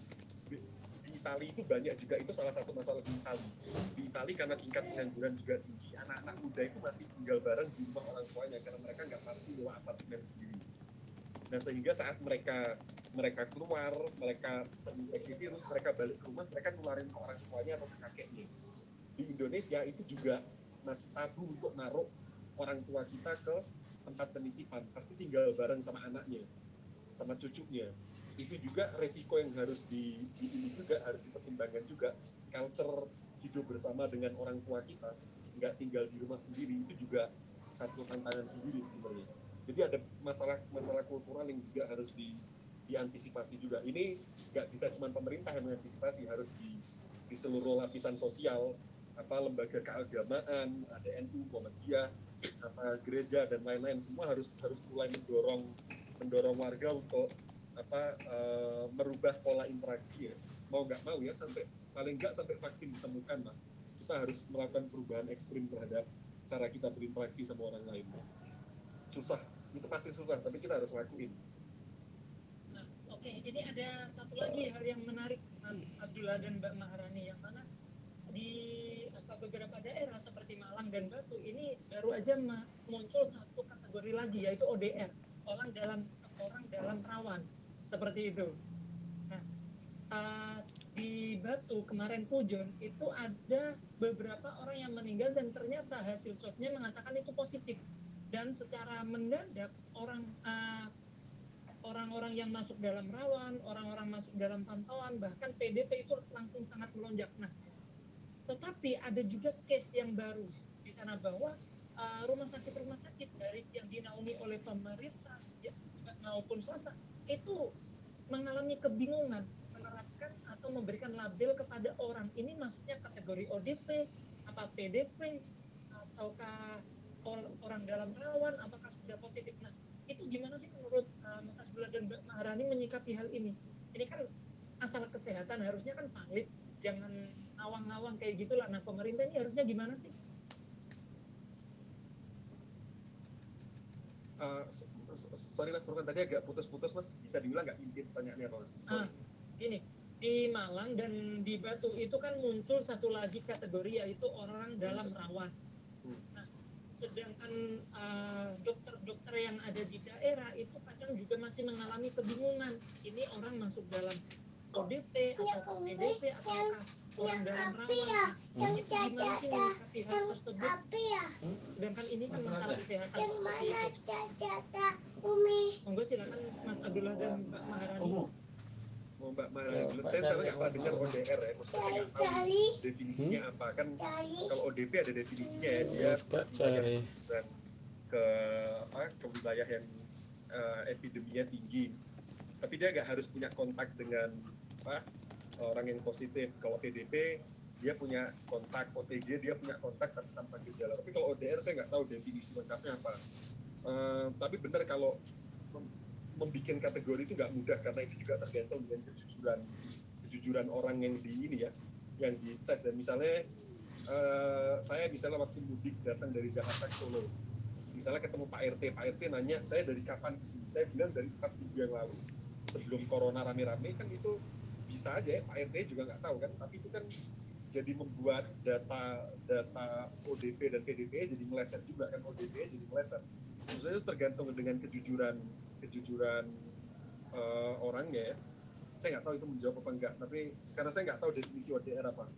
Di Italia itu banyak juga, itu salah satu masalah di Italia. Di Italia karena tingkat pengangguran juga tinggi, anak-anak muda itu masih tinggal bareng di rumah orang tuanya karena mereka nggak mampu nyewa apartemen sendiri. Nah sehingga saat mereka mereka keluar, mereka terinfeksi virus, mereka balik ke rumah, mereka nularin ke orang tuanya atau ke kakeknya. Di Indonesia itu juga masih tabu untuk naruh orang tua kita ke tempat penitipan, pasti tinggal bareng sama anaknya, sama cucunya. Itu juga resiko yang harus di, di ini juga harus dipertimbangkan juga. Culture hidup bersama dengan orang tua kita, nggak tinggal di rumah sendiri, itu juga satu tantangan sendiri sebenarnya. Jadi ada masalah-masalah kultural yang juga harus di, diantisipasi juga. Ini nggak bisa cuma pemerintah yang mengantisipasi, harus di, di seluruh lapisan sosial, apa lembaga keagamaan, ada N U, Muhammadiyah, apa gereja dan lain-lain, semua harus harus mulai mendorong mendorong warga untuk apa uh, merubah pola interaksi ya, mau nggak mau ya, sampai paling nggak sampai vaksin ditemukan lah, kita harus melakukan perubahan ekstrim terhadap cara kita berinteraksi sama orang lain. Susah, itu pasti susah, tapi kita harus lakuin. Nah, oke, okay. Ini ada satu lagi hal yang menarik Mas Abdullah dan Mbak Maharani, yang mana di apa beberapa daerah seperti Malang dan Batu ini baru aja muncul satu kategori lagi, yaitu O D R, orang dalam orang dalam rawan, seperti itu. Nah, uh, di Batu kemarin Pujon itu ada beberapa orang yang meninggal dan ternyata hasil swabnya mengatakan itu positif, dan secara mendadak orang uh, orang-orang yang masuk dalam rawan, orang-orang masuk dalam pantauan, bahkan P D P itu langsung sangat melonjak. Nah, tetapi ada juga case yang baru di sana bahwa uh, rumah sakit-rumah sakit dari yang dinaungi oleh pemerintah ya, maupun swasta itu mengalami kebingungan menerapkan atau memberikan label kepada orang ini maksudnya kategori O D P, apa P D P, ataukah orang dalam rawan, ataukah sudah positif. Nah, itu gimana sih menurut uh, Mas Abdullah dan Mbak Maharani menyikapi hal ini? Ini kan masalah kesehatan harusnya kan valid, jangan awang-awang kayak gitulah. Nah, pemerintah ini harusnya gimana sih? Uh, sorry Mas, tadi agak putus-putus Mas, bisa diulang nggak inti pertanyaannya Mas? Ah, gini, di Malang dan di Batu itu kan muncul satu lagi kategori yaitu orang dalam rawan. Nah, sedangkan uh, dokter-dokter yang ada di daerah itu kadang juga masih mengalami kebingungan. Ini orang masuk dalam O D P atau P D P atau orang dalam rawan. Nah, itu gimana sih menyikapi hal tersebut? Sedangkan ini kan masalah kesehatan seperti itu. Monggo silakan Mas Abdullah dan Mbak Maharani. Mau Mbak Maharani dulu, saya sekarang nggak pernah dengar O D R ya, maksudnya saya nggak tahu definisinya apa. Kan kalau O D P ada definisinya ya, dia wilayah dan ke apa ke wilayah yang uh, epideminya tinggi, tapi dia nggak harus punya kontak dengan apa orang yang positif. Kalau P D P dia punya kontak, O T G dia punya kontak tapi tanpa gejala. Tapi kalau O D R saya nggak tahu definisi lengkapnya apa. Uh, tapi benar kalau membuat kategori itu nggak mudah karena itu juga tergantung dengan kejujuran kejujuran orang yang di ini ya, yang dites ya. Misalnya uh, saya misalnya waktu mudik datang dari Jakarta ke Solo, misalnya ketemu Pak R T, Pak R T nanya saya dari kapan kesini, saya bilang dari empat minggu yang lalu sebelum corona rame-rame. Kan itu bisa aja ya, Pak R T juga nggak tahu kan, tapi itu kan jadi membuat data data O D P dan P D P jadi meleset juga kan, O D P jadi meleset. Maksudnya itu tergantung dengan kejujuran kejujuran uh, orangnya ya. Saya nggak tahu itu menjawab apa enggak, tapi sekarang saya nggak tahu definisi O D R apa.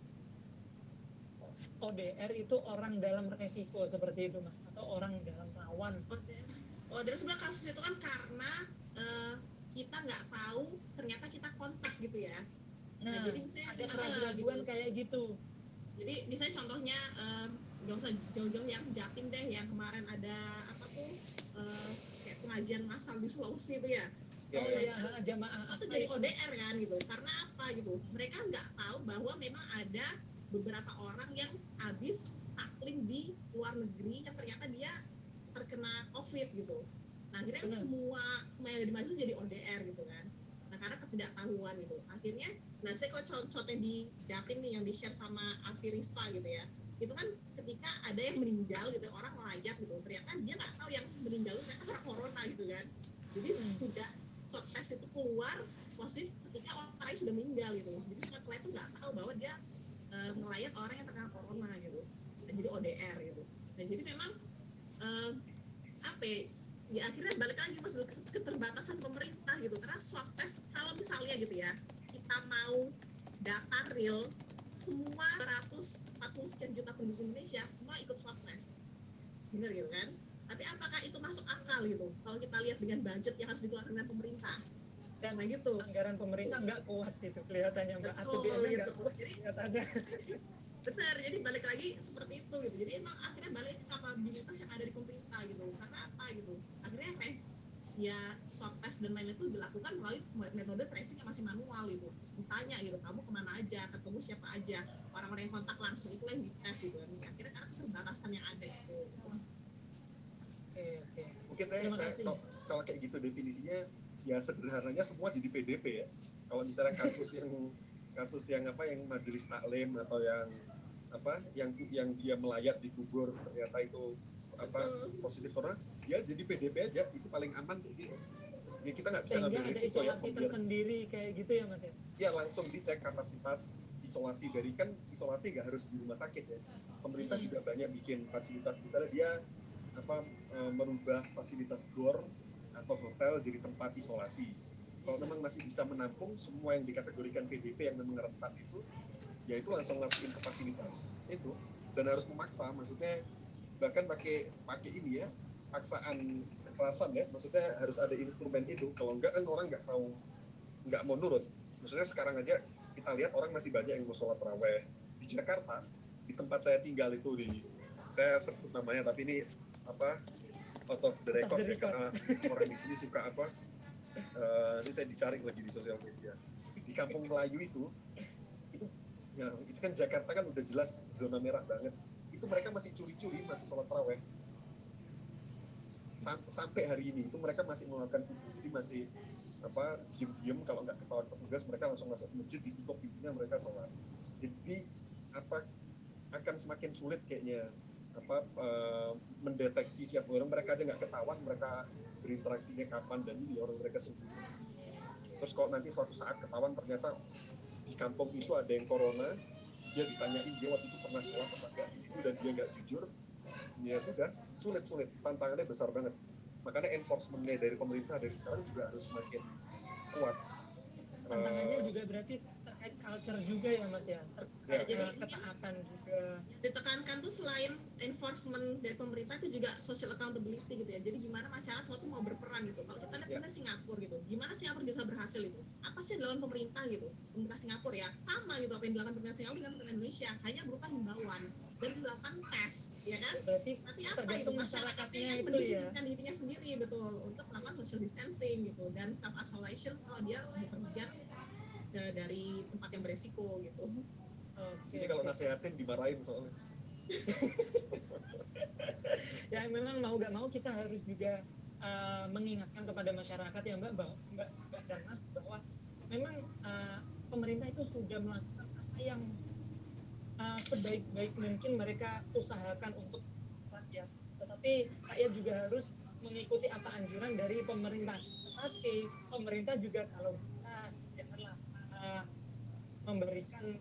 O D R itu orang dalam resiko seperti itu Mas, atau orang dalam rawan. O D R sebenarnya kasus itu kan karena uh, kita nggak tahu ternyata kita kontak gitu ya. Nah, nah jadi misalnya ada keraguan gitu. Kayak gitu. Jadi misalnya contohnya nggak uh, usah jauh-jauh yang Jatim deh, yang kemarin ada apa tuh uh, kayak pengajian massal di Sulawesi itu ya. Oh iya, ya, jamaah itu jadi O D R kan gitu. Karena apa gitu? Mereka nggak tahu bahwa memang ada beberapa orang yang habis taklim di luar negeri yang ternyata dia terkena COVID gitu. Nah akhirnya kan semua semua yang ada di majelis jadi O D R gitu kan. Nah karena ketidaktahuan gitu. Akhirnya, nah saya kalau contohnya di Jatim nih yang di share sama Afirista gitu ya. Itu kan ketika ada yang meninggal gitu, orang melayat gitu. Ternyata dia nggak tahu yang meninggal itu ternyata karena corona gitu kan. Jadi hmm. sudah swab test itu keluar positif ketika orang sudah meninggal gitu. Jadi setelah itu nggak tahu bahwa dia uh, melayat orang yang terkena corona gitu. Dan jadi O D R gitu. Dan jadi memang uh, apa ya, ya akhirnya balik lagi mas keterbatasan pemerintah gitu. Karena swab test kalau misalnya gitu ya kita mau data real semua seratus empat puluh sekian juta penduduk Indonesia semua ikut swab test, bener gitu kan? Tapi apakah itu masuk akal gitu kalau kita lihat dengan budget yang harus dikeluarkan oleh pemerintah? Dan nah, gitu anggaran pemerintah nggak kuat gitu kelihatannya Mbak. Betul, A P B N-nya nggak kuat jadi, kelihatannya. Benar, jadi balik lagi seperti itu gitu. Jadi emang akhirnya balik ke kapabilitas yang ada di pemerintah gitu. Karena apa gitu? Akhirnya ya swab test dan lain-lain itu dilakukan melalui metode tracing yang masih manual gitu. Ditanya gitu, kamu kemana aja, ketemu siapa aja, orang-orang yang kontak langsung itu yang dites gitu. Dan akhirnya karena keterbatasan yang ada itu. Oke, oke. Mungkin saya, saya kalau, kalau kayak gitu definisinya ya sederhananya semua jadi P D P ya. Kalau misalnya kasus yang kasus yang apa yang majelis taklim atau yang apa yang yang dia melayat di kubur ternyata itu apa positif corona, dia jadi P D P aja, itu paling aman kayak gitu. Ya kita nggak bisa ngambil risiko ya. Isolasi tersendiri kayak gitu ya Mas ya? Ya langsung dicek kapasitas isolasi dari, kan isolasi nggak harus di rumah sakit ya. Pemerintah hmm. juga banyak bikin fasilitas, misalnya dia apa e, merubah fasilitas gor atau hotel jadi tempat isolasi. Kalau memang masih bisa menampung semua yang dikategorikan P D P yang memang rentan itu, ya itu langsung masukin ke fasilitas itu, dan harus memaksa, maksudnya bahkan pakai pakai ini ya, paksaan kekerasan ya, maksudnya harus ada instrumen itu. Kalau enggak kan orang nggak mau nggak mau nurut. Maksudnya sekarang aja kita lihat orang masih banyak yang mau sholat tarawih di Jakarta, di tempat saya tinggal itu di saya sebut namanya tapi ini apa out of the record, ya, karena orang di sini suka apa uh, ini saya dicari lagi di sosial media di Kampung Melayu itu itu ya itu kan Jakarta kan udah jelas zona merah banget, itu mereka masih curi-curi masih sholat tarawih Sam- sampai hari ini itu mereka masih melakukan itu, jadi masih apa diem-diem kalau nggak ketahuan petugas mereka langsung masuk masjid, ditutup pintunya mereka sholat. Jadi apa akan semakin sulit kayaknya apa uh, mendeteksi siapa orang, mereka aja nggak ketahuan mereka berinteraksinya kapan dan ini orang mereka sendiri-sendiri. Terus kalau nanti suatu saat ketahuan ternyata di kampung itu ada yang corona, dia ditanyain dia waktu itu pernah sholat apa enggak di situ dan dia nggak jujur, ya sudah sulit-sulit, tantangannya besar banget. Makanya enforcement-nya dari pemerintah dari sekarang juga harus semakin kuat. Tantangannya juga berarti terkait culture juga ya Mas ya, terkait Ya, jadi ketaatan juga. Ditekankan tuh selain enforcement dari pemerintah itu juga social accountability gitu ya. Jadi gimana masyarakat suatu mau berperan gitu. Kalau kita lihat Ya. misalnya Singapura gitu, gimana Singapura bisa berhasil itu? Apa sih yang dilakukan pemerintah gitu? Pemerintah Singapura ya sama gitu apa yang dilakukan pemerintah Singapura dengan pemerintah Indonesia, hanya berupa himbauan dan dilakukan tes, ya kan? Berarti Tapi apa itu tergantung masyarakatnya masyarakatnya yang itu ya. mendisiplinkan dirinya sendiri betul untuk melakukan social distancing gitu dan self isolation kalau dia bepergian eh, dari tempat yang beresiko gitu. Oke, Sini kalau oke. nasehatin dimarahin soalnya. Ya memang mau nggak mau kita harus juga uh, mengingatkan kepada masyarakat ya Mbak, bahwa, Mbak, Mbak dan Mas bahwa memang uh, pemerintah itu sudah melakukan apa yang uh, sebaik-baik mungkin mereka usahakan untuk rakyat. Tetapi rakyat juga harus mengikuti apa anjuran dari pemerintah. Tetapi pemerintah juga kalau bisa janganlah uh, memberikan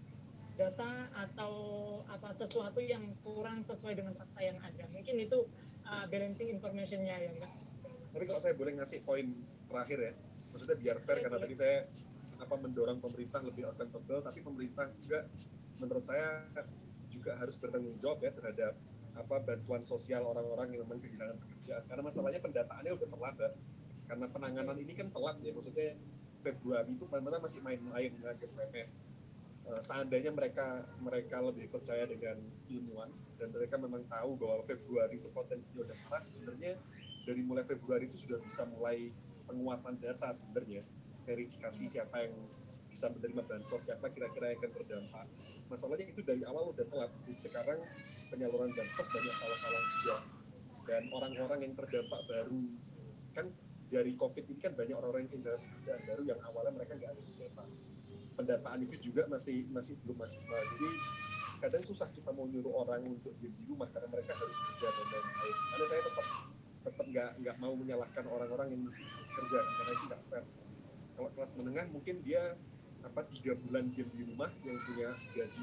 data atau apa sesuatu yang kurang sesuai dengan fakta yang ada. Mungkin itu uh, balancing information-nya ya Mbak. Tapi kalau saya boleh ngasih poin terakhir ya, maksudnya biar fair Ya, karena boleh. tadi saya apa mendorong pemerintah lebih accountable, tapi pemerintah juga menurut saya juga harus bertanggung jawab ya terhadap apa bantuan sosial orang-orang yang memang kehilangan pekerjaan. Karena masalahnya pendataannya udah terlambat. Karena penanganan ini kan telat ya, maksudnya Februari itu pemerintah masih main-main menganggap remeh. Uh, seandainya mereka mereka lebih percaya dengan ilmuwan dan mereka memang tahu bahwa Februari itu potensinya udah parah, sebenarnya dari mulai Februari itu sudah bisa mulai penguatan data sebenarnya, verifikasi siapa yang bisa menerima bansos, siapa kira-kira yang akan terdampak. Masalahnya itu dari awal udah telat, jadi sekarang penyaluran bansos banyak salah-salah juga, dan orang-orang yang terdampak baru kan dari COVID ini kan banyak orang-orang yang kehilangan pekerjaan baru yang awalnya mereka nggak ada di data. Pendataan itu juga masih masih belum maksimal. Jadi kadang susah kita mau nyuruh orang untuk diam di rumah karena mereka harus kerja dan lain-lain. Karena saya tetap tetap nggak nggak mau menyalahkan orang-orang yang masih harus kerja karena itu nggak fair. Kalau kelas menengah mungkin dia apa tiga bulan diam di rumah yang punya gaji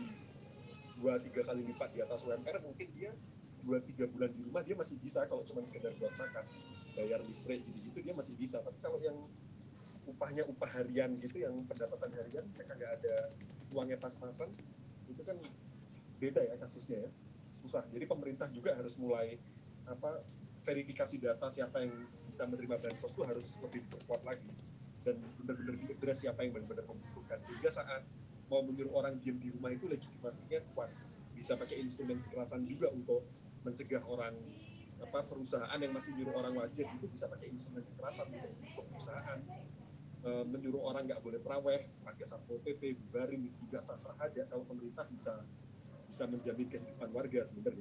dua tiga kali lipat di atas U M R, mungkin dia dua tiga bulan di rumah dia masih bisa kalau cuma sekedar buat makan, bayar listrik gitu-gitu dia masih bisa. Tapi kalau yang upahnya upah harian gitu, yang pendapatan harian mereka nggak ada uangnya pas-pasan, itu kan beda ya kasusnya ya, susah. Jadi pemerintah juga harus mulai apa verifikasi data siapa yang bisa menerima bansos itu harus lebih diperkuat lagi dan benar-benar diadres siapa yang benar-benar membutuhkan, sehingga saat mau menyuruh orang diam di rumah itu legitimasinya kuat, bisa pakai instrumen kekerasan juga untuk mencegah orang apa perusahaan yang masih nyuruh orang wajib itu bisa pakai instrumen kekerasan untuk menutup perusahaan. E, menyuruh orang nggak boleh terawih pakai satpol pp, bubarin itu juga sah-sah aja kalau pemerintah bisa bisa menjamin kehidupan warga sebenarnya.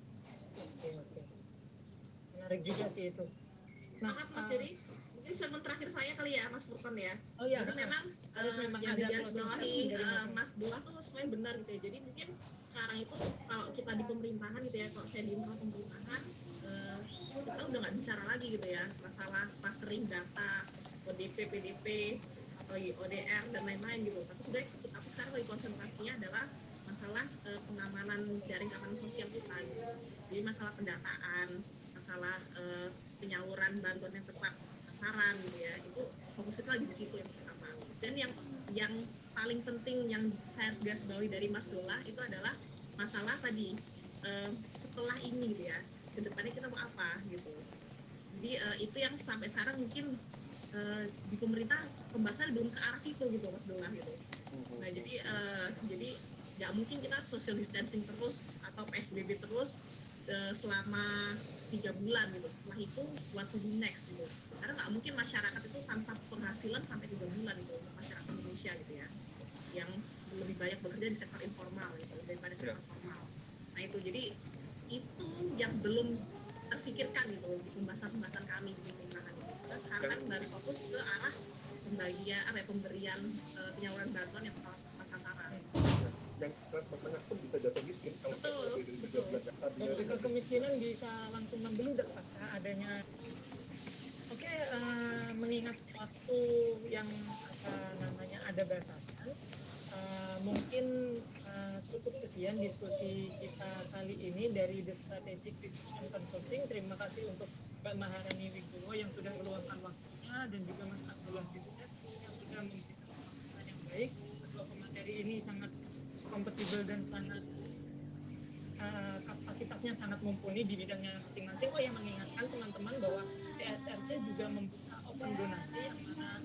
Oke, oke. Menarik juga sih itu. Nah, Maaf Mas Diri, uh, mungkin segmen terakhir saya kali ya Mas Furkon ya. Oh iya, jadi memang harus uh, memang yang ada digarisbawahi uh, Mas. Mas Dua tuh sebenarnya benar gitu ya. Jadi mungkin sekarang itu kalau kita di pemerintahan gitu ya, kalau saya di internal pemerintahan uh, kita udah nggak bicara lagi gitu ya masalah clustering data, O D P, P D P, apalagi O D R dan lain-lain gitu. Tapi sebenarnya kita sekarang lagi konsentrasinya adalah masalah uh, pengamanan jaring keamanan sosial kita gitu. Jadi masalah pendataan, masalah uh, penyaluran bantuan yang tepat sasaran gitu ya, itu fokus itu lagi di situ yang pertama. Dan yang yang paling penting yang saya harus garis bawahi dari Mas Dola itu adalah masalah tadi uh, setelah ini gitu ya, kedepannya kita mau apa gitu. Jadi uh, itu yang sampai sekarang mungkin uh, di pemerintah pembahasan belum ke arah situ gitu Mas Dola gitu. Nah jadi uh, jadi nggak mungkin kita social distancing terus atau P S B B terus uh, selama tiga bulan gitu. Setelah itu what to do next gitu. Karena nggak mungkin masyarakat itu tanpa penghasilan sampai tiga bulan gitu untuk masyarakat Indonesia gitu ya, yang lebih banyak bekerja di sektor informal gitu daripada sektor formal. Nah itu jadi itu yang belum terfikirkan gitu di pembahasan-pembahasan kami di pemerintahan itu. Kita sekarang kan baru fokus ke arah pembagian apa ya, pemberian uh, penyaluran bantuan yang tepat sasaran. Yang kelas menengah pun bisa jatuh miskin kalau betul, betul. Dan angka kemiskinan bisa langsung membeludak pasca adanya. Oke, okay, uh, mengingat waktu yang apa namanya ada batasan, uh, mungkin uh, cukup sekian diskusi kita kali ini dari The Strategic Research and Consulting. Terima kasih untuk Mbak Maharani Wibowo yang sudah meluangkan waktunya dan juga Mas Abdullah Yusef yang sudah memberikan pemaparan yang baik. Kedua pemateri ini sangat kompatibel dan sangat Uh, kapasitasnya sangat mumpuni di bidangnya masing-masing. Oh ya, mengingatkan teman-teman bahwa T S R C juga membuka open donasi yang mana